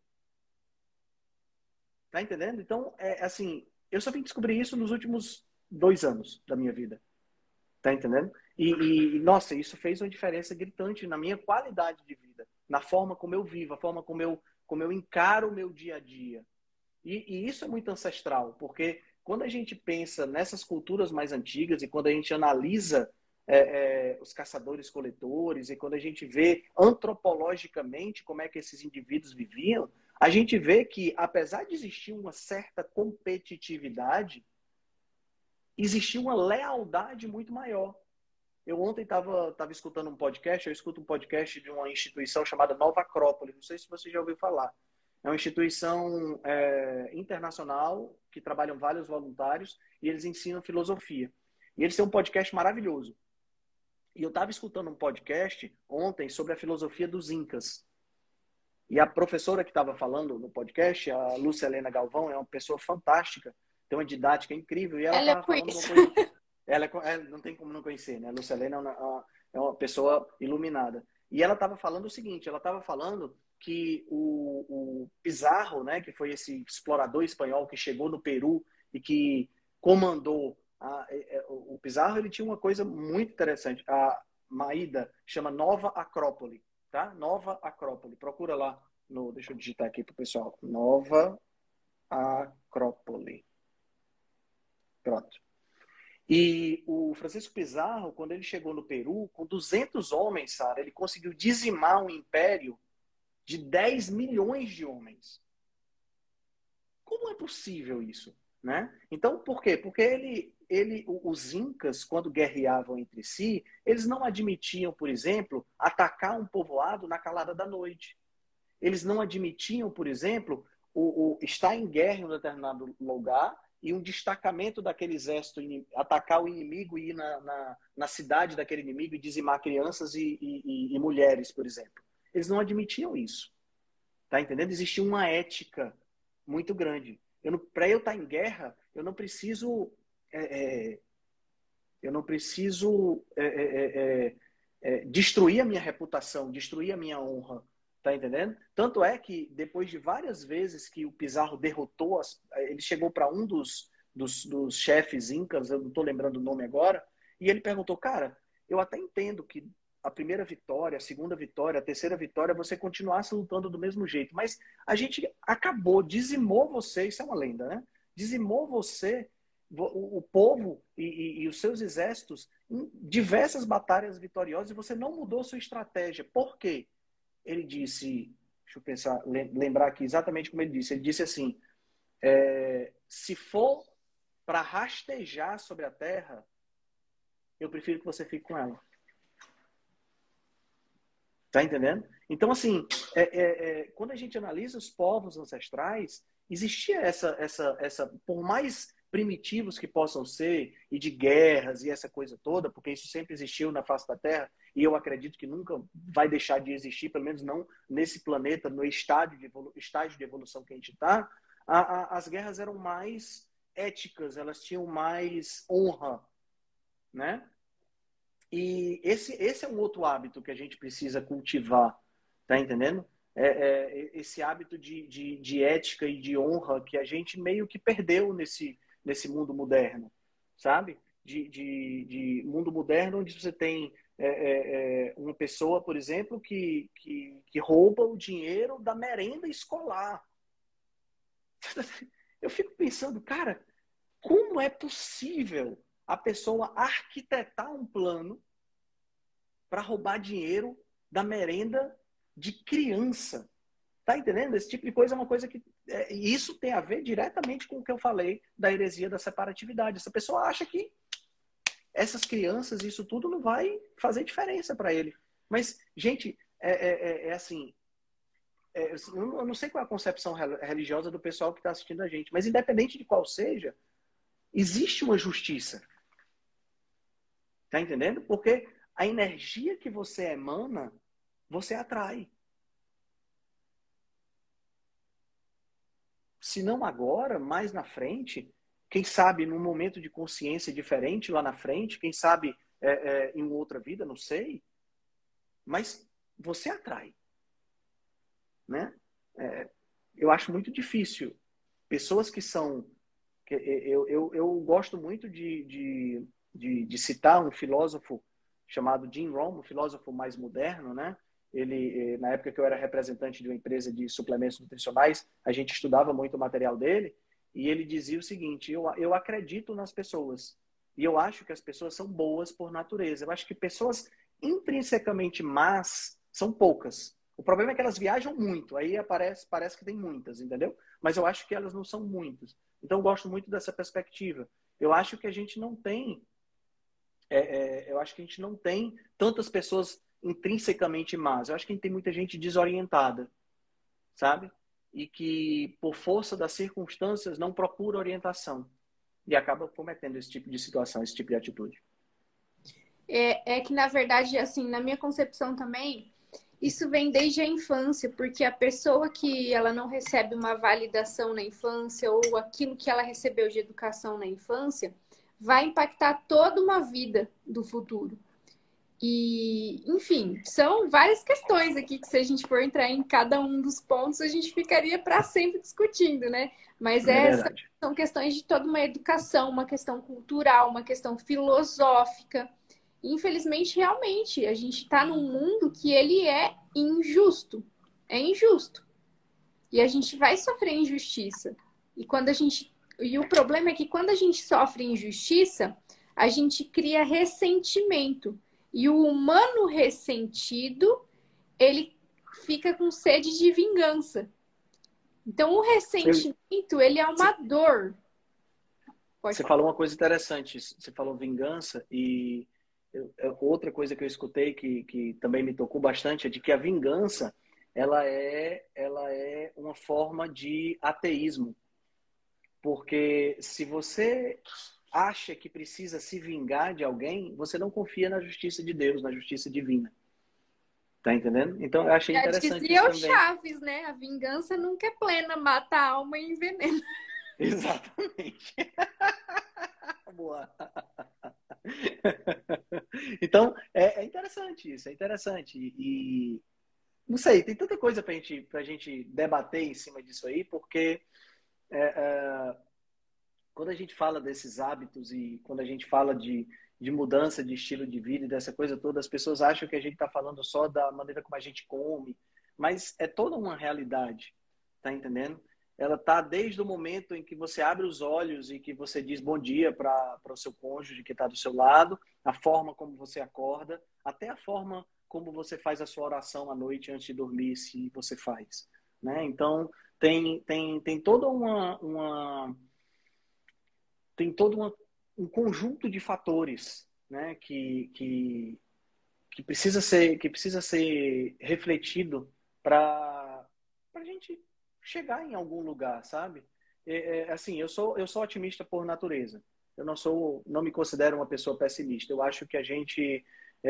C: Tá entendendo? Então, assim, eu só vim descobrir isso nos últimos 2 anos da minha vida. Tá entendendo? Nossa, isso fez uma diferença gritante na minha qualidade de vida, na forma como eu vivo, a forma como eu encaro o meu dia a dia. E isso é muito ancestral, porque quando a gente pensa nessas culturas mais antigas e quando a gente analisa os caçadores-coletores e quando a gente vê antropologicamente como é que esses indivíduos viviam, a gente vê que, apesar de existir uma certa competitividade, existia uma lealdade muito maior. Eu ontem estava escutando um podcast, eu escuto um podcast de uma instituição chamada Nova Acrópole, não sei se você já ouviu falar. É uma instituição internacional que trabalham vários voluntários e eles ensinam filosofia. E eles têm um podcast maravilhoso. E eu estava escutando um podcast ontem sobre a filosofia dos Incas. E a professora que estava falando no podcast, a Lúcia Helena Galvão, é uma pessoa fantástica, tem uma didática incrível. E ela estava falando uma coisa... Ela não tem como não conhecer, né? A Lúcia Helena é uma pessoa iluminada. E ela estava falando o seguinte, ela estava falando que o Pizarro, né, que foi esse explorador espanhol que chegou no Peru e que comandou o Pizarro, ele tinha uma coisa muito interessante. A Maída chama Nova Acrópole, tá? Nova Acrópole. Procura lá deixa eu digitar aqui pro pessoal. Nova Acrópole. Pronto. E o Francisco Pizarro, quando ele chegou no Peru, com 200 homens, Sara, ele conseguiu dizimar um império de 10 milhões de homens. Como é possível isso? Né? Então, por quê? Porque os incas, quando guerreavam entre si, eles não admitiam, por exemplo, atacar um povoado na calada da noite. Eles não admitiam, por exemplo, estar em guerra em um determinado lugar e um destacamento daquele exército atacar o inimigo e ir na cidade daquele inimigo e dizimar crianças e mulheres, por exemplo. Eles não admitiam isso. Tá entendendo? Existia uma ética muito grande. Para eu estar em guerra, eu não preciso destruir a minha reputação, destruir a minha honra. Tá entendendo? Tanto é que depois de várias vezes que o Pizarro derrotou, ele chegou para um dos chefes incas, eu não estou lembrando o nome agora, e ele perguntou, cara, eu até entendo que a primeira vitória, a segunda vitória, a terceira vitória, você continuasse lutando do mesmo jeito, mas a gente dizimou você, isso é uma lenda, né? Dizimou você, o povo e os seus exércitos em diversas batalhas vitoriosas e você não mudou sua estratégia. Por quê? Ele disse, deixa eu pensar, lembrar aqui exatamente como ele disse assim, Se for para rastejar sobre a terra, eu prefiro que você fique com ela. Tá entendendo? Então, assim, quando a gente analisa os povos ancestrais, existia por mais primitivos que possam ser, e de guerras e essa coisa toda, porque isso sempre existiu na face da Terra, e eu acredito que nunca vai deixar de existir, pelo menos não nesse planeta, no estágio de evolução que a gente está, as guerras eram mais éticas, elas tinham mais honra, né? E esse é um outro hábito que a gente precisa cultivar, tá entendendo? Esse hábito de ética e de honra que a gente meio que perdeu nesse mundo moderno, sabe? De mundo moderno onde você tem uma pessoa, por exemplo, que rouba o dinheiro da merenda escolar. Eu fico pensando, cara, como é possível a pessoa arquitetar um plano para roubar dinheiro da merenda de criança? Tá entendendo? Esse tipo de coisa é uma coisa que... E isso tem a ver diretamente com o que eu falei da heresia da separatividade. Essa pessoa acha que essas crianças, isso tudo não vai fazer diferença para ele. Mas, gente, assim... eu não sei qual é a concepção religiosa do pessoal que está assistindo a gente, mas independente de qual seja, existe uma justiça. Tá entendendo? Porque a energia que você emana, você atrai. Se não agora, mais na frente, quem sabe num momento de consciência diferente lá na frente, quem sabe em outra vida, não sei, mas você atrai. Né? Eu acho muito difícil. Pessoas que são... Eu gosto muito de citar um filósofo chamado Jim Rohn, um filósofo mais moderno, né? Ele, na época que eu era representante de uma empresa de suplementos nutricionais, a gente estudava muito o material dele, e ele dizia o seguinte: eu acredito nas pessoas, e eu acho que as pessoas são boas por natureza. Eu acho que pessoas intrinsecamente más são poucas. O problema é que elas viajam muito, aí parece que tem muitas, entendeu? Mas eu acho que elas não são muitas. Então eu gosto muito dessa perspectiva. Eu acho que a gente não tem tantas pessoas intrinsecamente más. Eu acho que a gente tem muita gente desorientada, sabe? E que, por força das circunstâncias, não procura orientação. E acaba cometendo esse tipo de situação, esse tipo de atitude.
D: É que, na verdade, assim, na minha concepção também, isso vem desde a infância, porque a pessoa que ela não recebe uma validação na infância ou aquilo que ela recebeu de educação na infância vai impactar toda uma vida do futuro. E, enfim, são várias questões aqui que, se a gente for entrar em cada um dos pontos, a gente ficaria para sempre discutindo, né? Mas são questões de toda uma educação, uma questão cultural, uma questão filosófica. Infelizmente, realmente, a gente está num mundo que ele é injusto. É injusto. E a gente vai sofrer injustiça. E o problema é que quando a gente sofre injustiça, a gente cria ressentimento. E o humano ressentido, ele fica com sede de vingança. Então, o ressentimento, ele é uma dor.
C: Você falou uma coisa interessante. Você falou vingança e... outra coisa que eu escutei que também me tocou bastante é de que a vingança ela é uma forma de ateísmo. Porque se você acha que precisa se vingar de alguém, você não confia na justiça de Deus, na justiça divina. Tá entendendo? Então eu achei interessante
D: dizia
C: isso
D: o
C: também.
D: Chaves, né? A vingança nunca é plena, mata a alma e envenena.
C: Exatamente. Boa. Então, é interessante isso, é interessante. E não sei, tem tanta coisa pra gente debater em cima disso aí, porque quando a gente fala desses hábitos e quando a gente fala de mudança de estilo de vida e dessa coisa toda, as pessoas acham que a gente está falando só da maneira como a gente come, mas é toda uma realidade, tá entendendo? Ela tá desde o momento em que você abre os olhos e que você diz bom dia para o seu cônjuge que está do seu lado, a forma como você acorda, até a forma como você faz a sua oração à noite antes de dormir, se você faz, né? Então, tem toda um conjunto de fatores, né, que precisa ser refletido para a gente chegar em algum lugar, sabe? Assim, eu sou otimista por natureza. Eu não me considero uma pessoa pessimista. Eu acho que a gente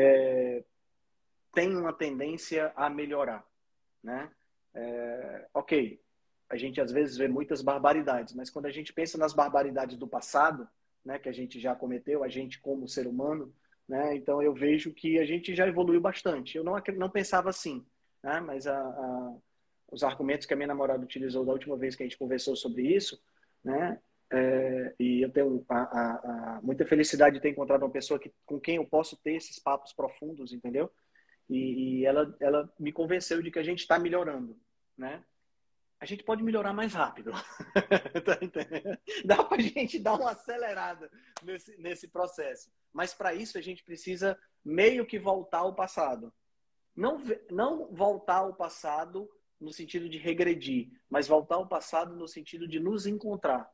C: tem uma tendência a melhorar, né? Ok, a gente às vezes vê muitas barbaridades, mas quando a gente pensa nas barbaridades do passado, né, que a gente já cometeu, a gente como ser humano, né, então eu vejo que a gente já evoluiu bastante. Eu não pensava assim, né, mas os argumentos que a minha namorada utilizou da última vez que a gente conversou sobre isso, né, e eu tenho muita felicidade de ter encontrado uma pessoa com quem eu posso ter esses papos profundos, entendeu? E ela me convenceu de que a gente está melhorando, né? A gente pode melhorar mais rápido. Tá entendendo? Dá para a gente dar uma acelerada nesse processo. Mas para isso a gente precisa meio que voltar ao passado. Não voltar ao passado no sentido de regredir, mas voltar ao passado no sentido de nos encontrar.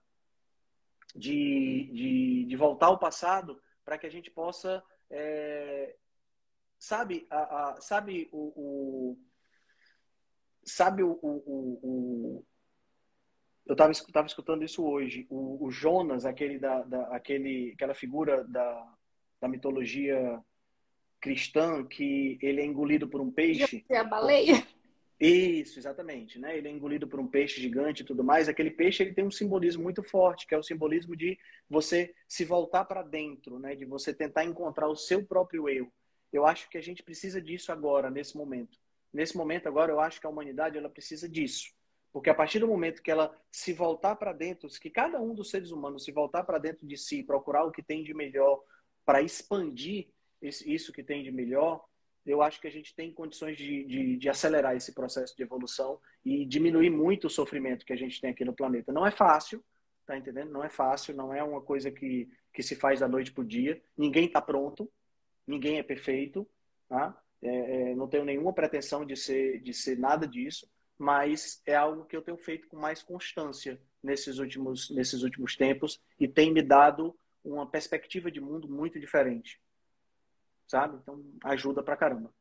C: De voltar ao passado para que a gente possa... Sabe eu estava escutando isso hoje. O Jonas, aquela figura da mitologia cristã, que ele é engolido por um peixe.
D: A baleia?
C: Isso, exatamente, né? Ele é engolido por um peixe gigante e tudo mais. Aquele peixe, ele tem um simbolismo muito forte, que é o simbolismo de você se voltar para dentro, né? De você tentar encontrar o seu próprio eu. Eu acho que a gente precisa disso agora, nesse momento. Nesse momento agora, eu acho que a humanidade ela precisa disso. Porque a partir do momento que ela se voltar para dentro, que cada um dos seres humanos se voltar para dentro de si, procurar o que tem de melhor, para expandir isso que tem de melhor, eu acho que a gente tem condições de acelerar esse processo de evolução e diminuir muito o sofrimento que a gente tem aqui no planeta. Não é fácil, tá entendendo? Não é fácil, não é uma coisa que se faz da noite para o dia. Ninguém está pronto, ninguém é perfeito, tá? Não tenho nenhuma pretensão de ser nada disso, mas é algo que eu tenho feito com mais constância nesses últimos tempos e tem me dado uma perspectiva de mundo muito diferente, sabe? Então, ajuda pra caramba.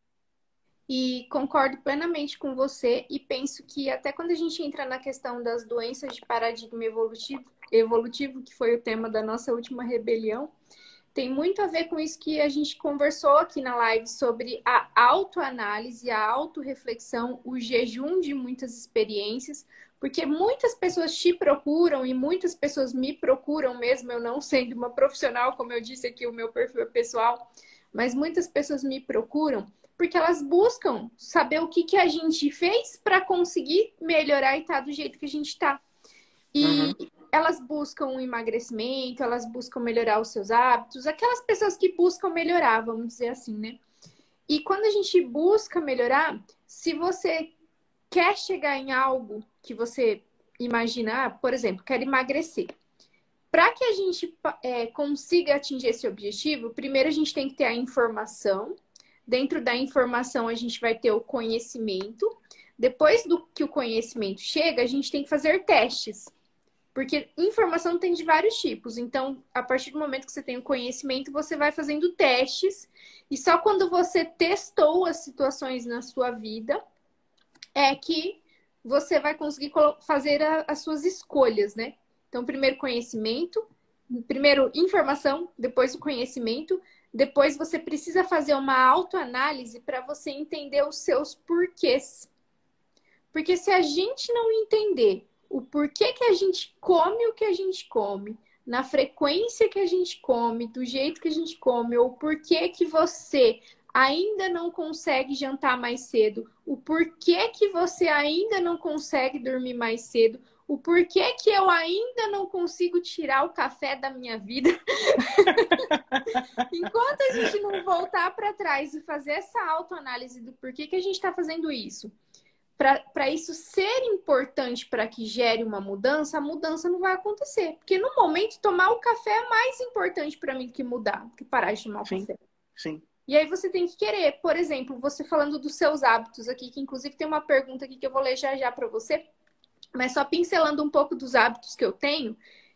D: E concordo plenamente com você e penso que até quando a gente entra na questão das doenças de paradigma evolutivo, que foi o tema da nossa última rebelião, tem muito a ver com isso que a gente conversou aqui na live sobre a autoanálise, a autorreflexão, o jejum de muitas experiências, porque muitas pessoas te procuram e muitas pessoas me procuram mesmo, eu não sendo uma profissional, como eu disse aqui, o meu perfil é pessoal, mas muitas pessoas me procuram porque elas buscam saber o que a gente fez para conseguir melhorar e estar do jeito que a gente está. E elas buscam um emagrecimento, elas buscam melhorar os seus hábitos, aquelas pessoas que buscam melhorar, vamos dizer assim, né? E quando a gente busca melhorar, se você quer chegar em algo que você imaginar, por exemplo, quer emagrecer. Para que a gente consiga atingir esse objetivo, primeiro a gente tem que ter a informação. Dentro da informação, a gente vai ter o conhecimento. Depois do que o conhecimento chega, a gente tem que fazer testes. Porque informação tem de vários tipos. Então, a partir do momento que você tem o conhecimento, você vai fazendo testes. E só quando você testou as situações na sua vida é que você vai conseguir fazer as suas escolhas, né? Então, primeiro conhecimento, primeiro informação, depois o conhecimento. Depois você precisa fazer uma autoanálise para você entender os seus porquês. Porque se a gente não entender o porquê que a gente come o que a gente come, na frequência que a gente come, do jeito que a gente come, ou porquê que você ainda não consegue jantar mais cedo, o porquê que você ainda não consegue dormir mais cedo, o porquê que eu ainda não consigo tirar o café da minha vida. Enquanto a gente não voltar para trás e fazer essa autoanálise do porquê que a gente está fazendo isso, para isso ser importante para que gere uma mudança, a mudança não vai acontecer. Porque no momento, tomar o café é mais importante para mim que mudar, que parar de tomar o café.
C: Sim.
D: E aí você tem que querer. Por exemplo, você falando dos seus hábitos aqui, que inclusive tem uma pergunta aqui que eu vou ler já já para você. Mas só pincelando um pouco dos hábitos que eu tenho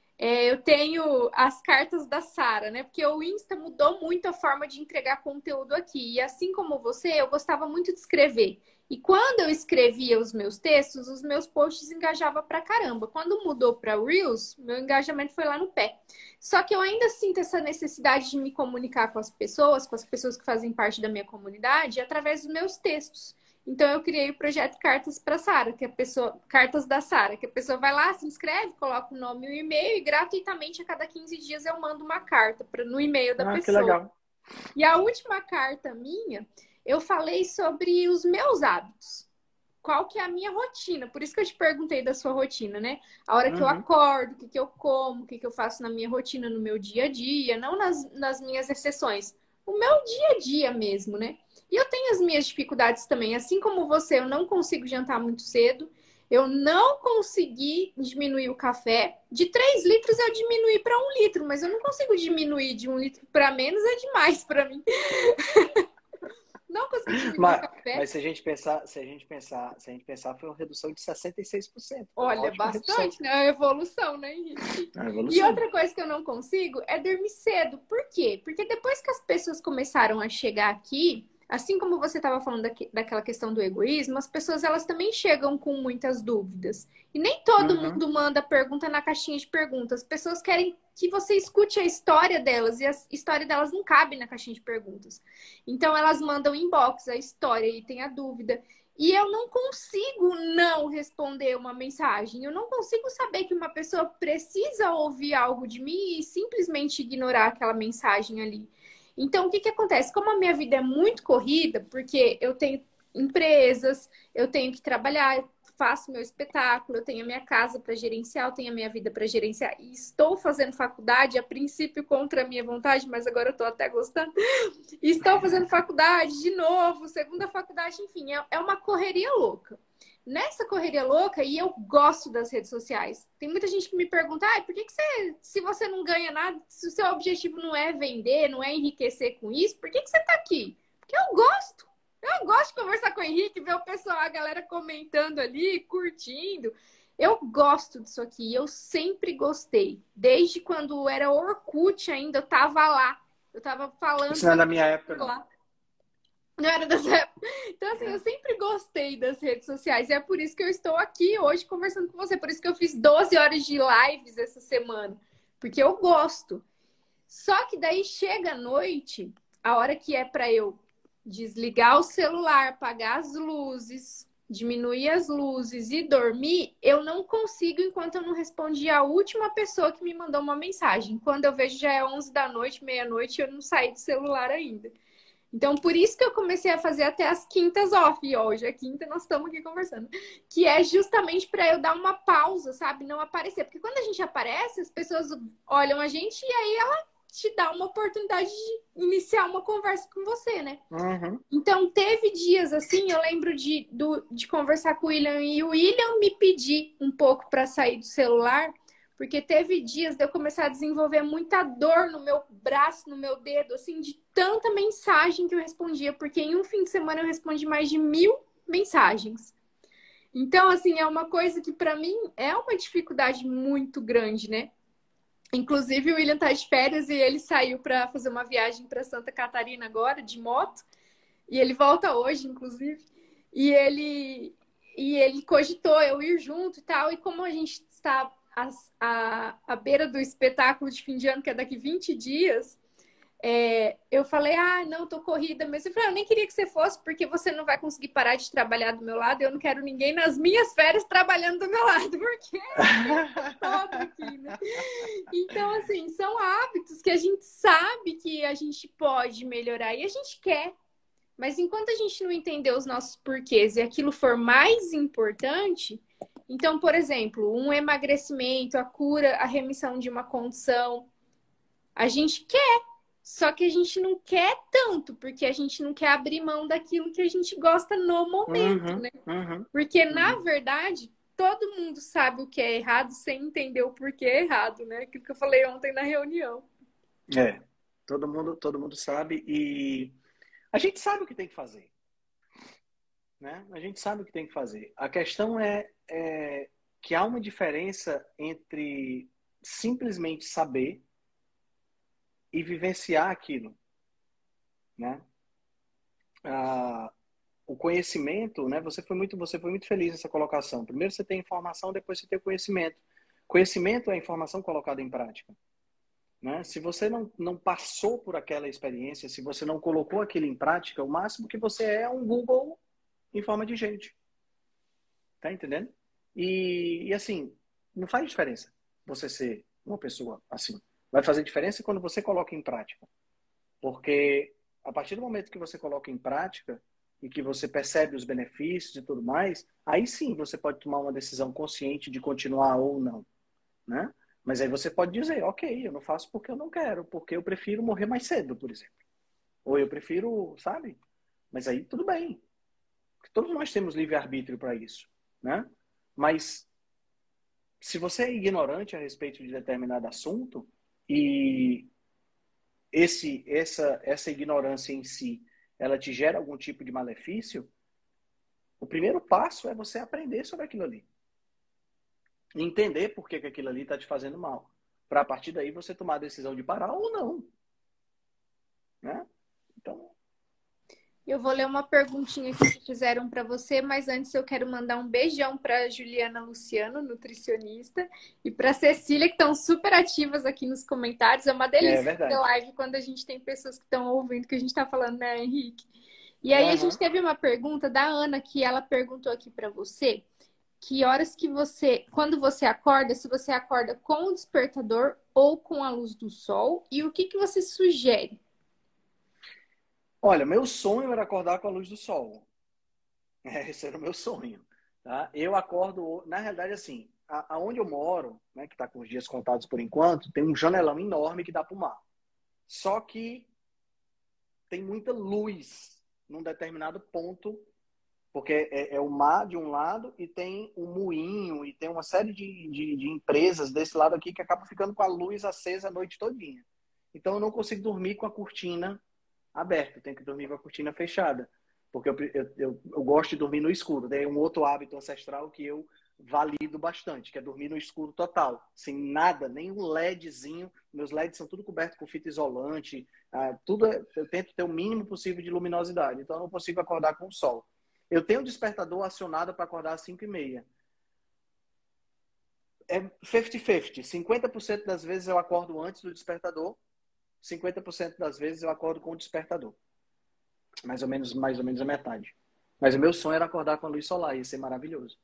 D: as cartas da Sara, né? Porque o Insta mudou muito a forma de entregar conteúdo aqui. E assim como você, eu gostava muito de escrever. E quando eu escrevia os meus textos, os meus posts engajavam pra caramba. Quando mudou para Reels, meu engajamento foi lá no pé. Só que eu ainda sinto essa necessidade de me comunicar com as pessoas que fazem parte da minha comunidade, através dos meus textos. Então eu criei o projeto Cartas para Sara, Cartas da Sara, que a pessoa vai lá, se inscreve, coloca o nome e o e-mail e gratuitamente a cada 15 dias eu mando uma carta no e-mail da pessoa.
C: Que legal.
D: E a última carta minha, eu falei sobre os meus hábitos. Qual que é a minha rotina? Por isso que eu te perguntei da sua rotina, né? A hora que eu acordo, o que eu como, o que eu faço na minha rotina, no meu dia a dia, não nas minhas exceções. O meu dia a dia mesmo, né? E eu tenho as minhas dificuldades também. Assim como você, eu não consigo jantar muito cedo. Eu não consegui diminuir o café. De 3 litros eu diminuí para 1 litro, mas eu não consigo diminuir de 1 litro para menos, é demais para mim. Não consegui diminuir o café.
C: Mas se a gente pensar, foi uma redução de 66%.
D: Olha, bastante, né? A evolução, né, Henrique? E outra coisa que eu não consigo é dormir cedo. Por quê? Porque depois que as pessoas começaram a chegar aqui, assim como você estava falando daquela questão do egoísmo, as pessoas elas também chegam com muitas dúvidas. E nem todo mundo manda pergunta na caixinha de perguntas. As pessoas querem que você escute a história delas e a história delas não cabe na caixinha de perguntas. Então elas mandam inbox a história e tem a dúvida. E eu não consigo não responder uma mensagem. Eu não consigo saber que uma pessoa precisa ouvir algo de mim e simplesmente ignorar aquela mensagem ali. Então, o que acontece? Como a minha vida é muito corrida, porque eu tenho empresas, eu tenho que trabalhar, faço meu espetáculo, eu tenho a minha casa para gerenciar, eu tenho a minha vida para gerenciar e estou fazendo faculdade, a princípio contra a minha vontade, mas agora eu estou até gostando. E estou fazendo faculdade de novo, segunda faculdade, enfim, é uma correria louca. Nessa correria louca, e eu gosto das redes sociais. Tem muita gente que me pergunta, por que você, se você não ganha nada, se o seu objetivo não é vender, não é enriquecer com isso, por que você tá aqui? Porque eu gosto. Eu gosto de conversar com o Henrique, ver o pessoal, a galera comentando ali, curtindo. Eu gosto disso aqui, eu sempre gostei. Desde quando era Orkut ainda, eu tava lá. Eu tava falando...
C: Isso não é da minha época, não.
D: Não era dessa época. Então, assim, eu sempre gostei das redes sociais. E é por isso que eu estou aqui hoje conversando com você. Por isso que eu fiz 12 horas de lives essa semana. Porque eu gosto. Só que daí chega a noite, a hora que é para eu desligar o celular, apagar as luzes, diminuir as luzes e dormir, eu não consigo enquanto eu não respondi a última pessoa que me mandou uma mensagem. Quando eu vejo já é 11 da noite, meia-noite, eu não saí do celular ainda. Então, por isso que eu comecei a fazer até as quintas off. E hoje é quinta, nós estamos aqui conversando. Que é justamente para eu dar uma pausa, sabe? Não aparecer. Porque quando a gente aparece, as pessoas olham a gente e aí ela te dá uma oportunidade de iniciar uma conversa com você, né? Então, teve dias assim, eu lembro de conversar com o William e o William me pedir um pouco para sair do celular. Porque teve dias de eu começar a desenvolver muita dor no meu braço, no meu dedo, assim, de tanta mensagem que eu respondia. Porque em um fim de semana eu respondi mais de 1000 mensagens. Então, assim, é uma coisa que para mim é uma dificuldade muito grande, né? Inclusive, o William tá de férias e ele saiu para fazer uma viagem para Santa Catarina agora, de moto. E ele volta hoje, inclusive. E ele cogitou eu ir junto e tal. E como a gente está... à beira do espetáculo de fim de ano, que é daqui 20 dias, eu falei, não, tô corrida mesmo. Eu falei, eu nem queria que você fosse, porque você não vai conseguir parar de trabalhar do meu lado, eu não quero ninguém nas minhas férias trabalhando do meu lado, porque todo aqui, né? Então, assim, são hábitos que a gente sabe que a gente pode melhorar e a gente quer. Mas enquanto a gente não entender os nossos porquês e aquilo for mais importante... Então, por exemplo, um emagrecimento, a cura, a remissão de uma condição, a gente quer, só que a gente não quer tanto, porque a gente não quer abrir mão daquilo que a gente gosta no momento, né? Porque, na verdade, todo mundo sabe o que é errado sem entender o porquê é errado, né? Aquilo que eu falei ontem na reunião.
C: Todo mundo sabe e a gente sabe o que tem que fazer. Né? A gente sabe o que tem que fazer. A questão é que há uma diferença entre simplesmente saber e vivenciar aquilo, né? O conhecimento, né? Você foi muito feliz nessa colocação. Primeiro você tem informação, depois você tem o conhecimento. Conhecimento é a informação colocada em prática, né? Se você não passou por aquela experiência, se você não colocou aquilo em prática, o máximo que você é um Google em forma de gente. Tá entendendo? E assim, não faz diferença você ser uma pessoa assim. Vai fazer diferença quando você coloca em prática. Porque a partir do momento que você coloca em prática e que você percebe os benefícios e tudo mais, aí sim você pode tomar uma decisão consciente de continuar ou não, né? Mas aí você pode dizer, ok, eu não faço porque eu não quero, porque eu prefiro morrer mais cedo, por exemplo. Ou eu prefiro, sabe? Mas aí tudo bem. Todos nós temos livre-arbítrio para isso, né? Mas se você é ignorante a respeito de determinado assunto e essa ignorância em si, ela te gera algum tipo de malefício, o primeiro passo é você aprender sobre aquilo ali. Entender por que aquilo ali está te fazendo mal. Para a partir daí você tomar a decisão de parar ou não. Né? Então...
D: Eu vou ler uma perguntinha que fizeram para você, mas antes eu quero mandar um beijão para Juliana Luciano, nutricionista, e para Cecília, que estão super ativas aqui nos comentários. É uma delícia ter live quando a gente tem pessoas que estão ouvindo o que a gente está falando, né, Henrique? E aí a gente teve uma pergunta da Ana, que ela perguntou aqui para você, que horas que você, quando você acorda, se você acorda com o despertador ou com a luz do sol, e o que você sugere?
C: Olha, meu sonho era acordar com a luz do sol. Esse era o meu sonho. Tá? Eu acordo, na realidade, assim, aonde eu moro, né, que está com os dias contados por enquanto, tem um janelão enorme que dá para o mar. Só que tem muita luz num determinado ponto, porque é o mar de um lado e tem um moinho e tem uma série de empresas desse lado aqui que acabam ficando com a luz acesa a noite todinha. Então eu não consigo dormir com a cortina aberta, eu tenho que dormir com a cortina fechada, porque eu gosto de dormir no escuro. Daí é um outro hábito ancestral que eu valido bastante, que é dormir no escuro total, sem nada, nem um LEDzinho. Meus LEDs são tudo cobertos com fita isolante, tudo. Eu tento ter o mínimo possível de luminosidade, então eu não consigo acordar com o sol. Eu tenho o despertador acionado para acordar às 5h30. É 50-50. 50% das vezes eu acordo antes do despertador, 50% das vezes eu acordo com o despertador. Mais ou menos a metade. Mas o meu sonho era acordar com a luz solar, ia ser maravilhoso.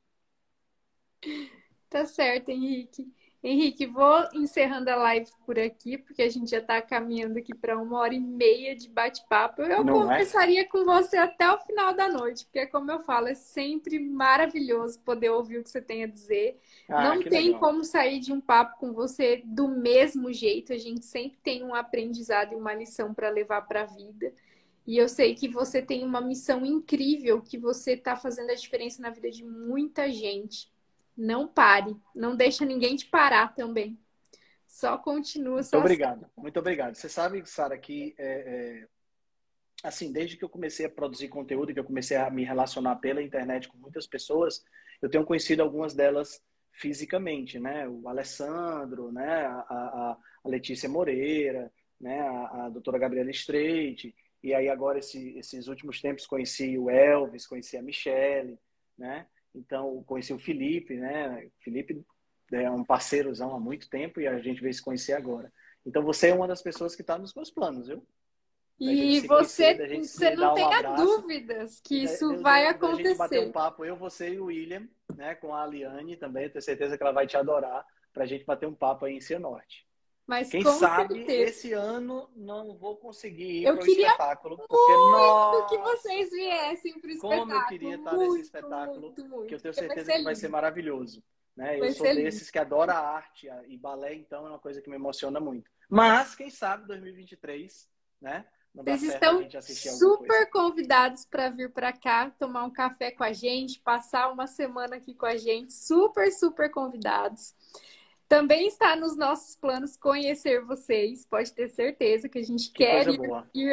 D: Tá certo, Henrique. Henrique, vou encerrando a live por aqui, porque a gente já está caminhando aqui para 1h30 de bate-papo. Eu conversaria com você até o final da noite, porque, como eu falo, é sempre maravilhoso poder ouvir o que você tem a dizer. Não tem legal como sair de um papo com você do mesmo jeito. A gente sempre tem um aprendizado e uma lição para levar para a vida. E eu sei que você tem uma missão incrível, que você está fazendo a diferença na vida de muita gente. Não pare, não deixa ninguém te parar também. Só continua.
C: Muito obrigado, muito obrigado. Você sabe, Sara, que assim, desde que eu comecei a produzir conteúdo, que eu comecei a me relacionar pela internet com muitas pessoas, eu tenho conhecido algumas delas fisicamente, né? O Alessandro, né? A Letícia Moreira, né? A doutora Gabriela Streit, e aí agora esses últimos tempos conheci o Elvis, conheci a Michele, né? Então, conheci o Felipe, né? O Felipe é um parceirozão há muito tempo e a gente veio se conhecer agora. Então, você é uma das pessoas que está nos meus planos, viu?
D: E você não tenha dúvidas que isso vai acontecer.
C: A gente bater um papo, eu, você e o William, né? Com a Aliane também, tenho certeza que ela vai te adorar, para a gente bater um papo aí em Cianorte.
D: Mas
C: quem
D: com
C: sabe
D: certeza.
C: Esse ano não vou conseguir ir
D: para o espetáculo.
C: Porque,
D: nossa, que vocês viessem para o espetáculo.
C: Como eu queria estar nesse espetáculo, muito, que eu tenho certeza que vai ser maravilhoso. Né? Eu sou desses que adora a arte e balé, então é uma coisa que me emociona muito. Mas, quem sabe, 2023, né?
D: Vocês estão super convidados para vir para cá, tomar um café com a gente, passar uma semana aqui com a gente. Super, super convidados. Também está nos nossos planos conhecer vocês. Pode ter certeza que a gente quer ir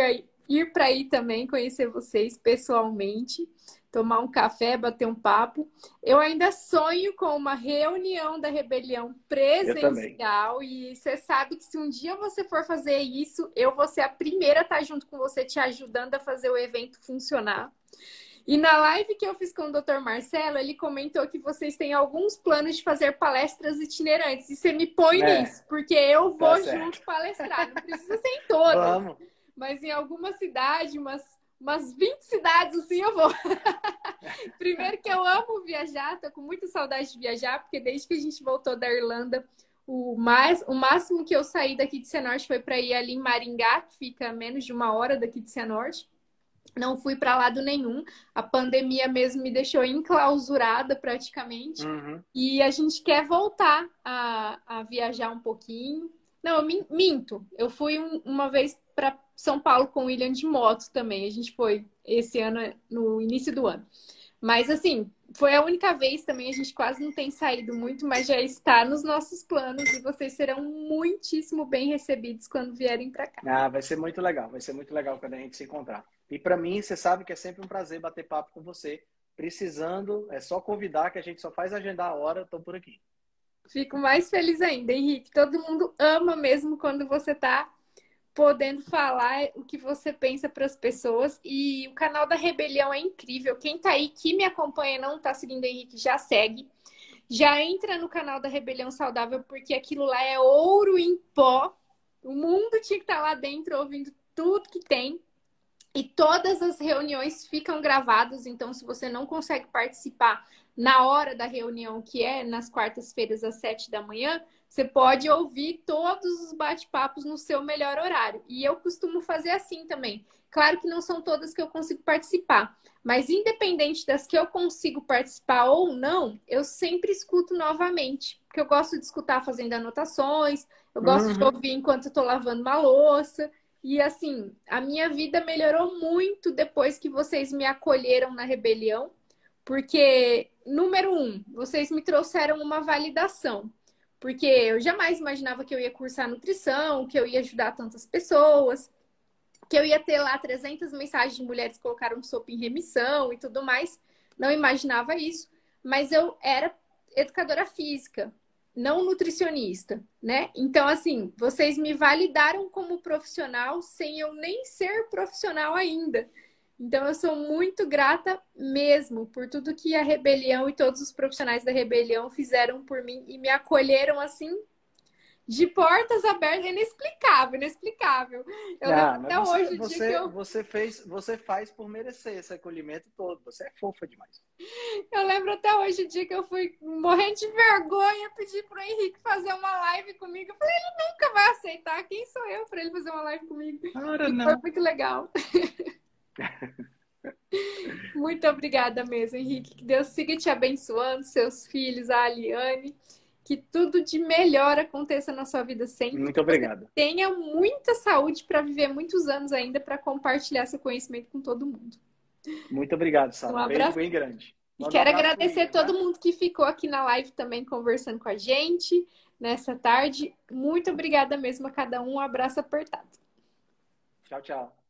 D: ir para aí também, conhecer vocês pessoalmente, tomar um café, bater um papo. Eu ainda sonho com uma reunião da Rebelião presencial e você sabe que se um dia você for fazer isso, eu vou ser a primeira a estar junto com você, te ajudando a fazer o evento funcionar. E na live que eu fiz com o Dr. Marcelo, ele comentou que vocês têm alguns planos de fazer palestras itinerantes. E você me põe nisso, porque eu vou junto palestrar. Não precisa ser em todas, vamos. Mas em alguma cidade, umas 20 cidades, assim, eu vou. Primeiro que eu amo viajar, tô com muita saudade de viajar, porque desde que a gente voltou da Irlanda, o máximo que eu saí daqui de Cianorte foi para ir ali em Maringá, que fica a menos de 1 hora daqui de Cianorte. Não fui para lado nenhum. A pandemia mesmo me deixou enclausurada praticamente. E a gente quer voltar a viajar um pouquinho. Não, eu minto. Eu fui uma vez para São Paulo com o William de moto também. A gente foi esse ano, no início do ano. Mas assim, foi a única vez também. A gente quase não tem saído muito, mas já está nos nossos planos. E vocês serão muitíssimo bem recebidos quando vierem para cá.
C: Ah, vai ser muito legal. Vai ser muito legal quando a gente se encontrar. E para mim, você sabe que é sempre um prazer bater papo com você. Precisando, é só convidar, que a gente só faz agendar a hora. Estou por aqui.
D: Fico mais feliz ainda, Henrique. Todo mundo ama mesmo quando você está podendo falar o que você pensa para as pessoas. E o canal da Rebelião é incrível. Quem está aí, que me acompanha e não está seguindo o Henrique, já segue. Já entra no canal da Rebelião Saudável, porque aquilo lá é ouro em pó. O mundo tinha que estar lá dentro ouvindo tudo que tem. E todas as reuniões ficam gravadas, então se você não consegue participar na hora da reunião, que é nas quartas-feiras às 7 da manhã, você pode ouvir todos os bate-papos no seu melhor horário. E eu costumo fazer assim também. Claro que não são todas que eu consigo participar, mas independente das que eu consigo participar ou não, eu sempre escuto novamente, porque eu gosto de escutar fazendo anotações, eu gosto de ouvir enquanto eu estou lavando uma louça. E assim, a minha vida melhorou muito depois que vocês me acolheram na Rebelião, porque, número 1, vocês me trouxeram uma validação, porque eu jamais imaginava que eu ia cursar nutrição, que eu ia ajudar tantas pessoas, que eu ia ter lá 300 mensagens de mulheres que colocaram sopa em remissão e tudo mais. Não imaginava isso, mas eu era educadora física, não nutricionista, né? Então, assim, vocês me validaram como profissional sem eu nem ser profissional ainda. Então, eu sou muito grata mesmo por tudo que a Rebelião e todos os profissionais da Rebelião fizeram por mim e me acolheram, assim, de portas abertas. Inexplicável, inexplicável. Eu lembro até hoje o dia que eu...
C: Você faz por merecer esse acolhimento todo. Você é fofa demais.
D: Eu lembro até hoje o dia que eu fui morrendo de vergonha pedir pro Henrique fazer uma live comigo. Eu falei, ele nunca vai aceitar. Quem sou eu para ele fazer uma live comigo?
C: Cara,
D: não. Foi muito legal. Muito obrigada mesmo, Henrique. Que Deus siga te abençoando, seus filhos, a Aliane. Que tudo de melhor aconteça na sua vida sempre.
C: Muito obrigado.
D: Você tenha muita saúde para viver muitos anos ainda, para compartilhar seu conhecimento com todo mundo.
C: Muito obrigado, Sara.
D: Um abraço
C: bem grande.
D: E quero agradecer todo mundo que ficou aqui na live também conversando com a gente nessa tarde. Muito obrigada mesmo a cada um. Um abraço apertado.
C: Tchau, tchau.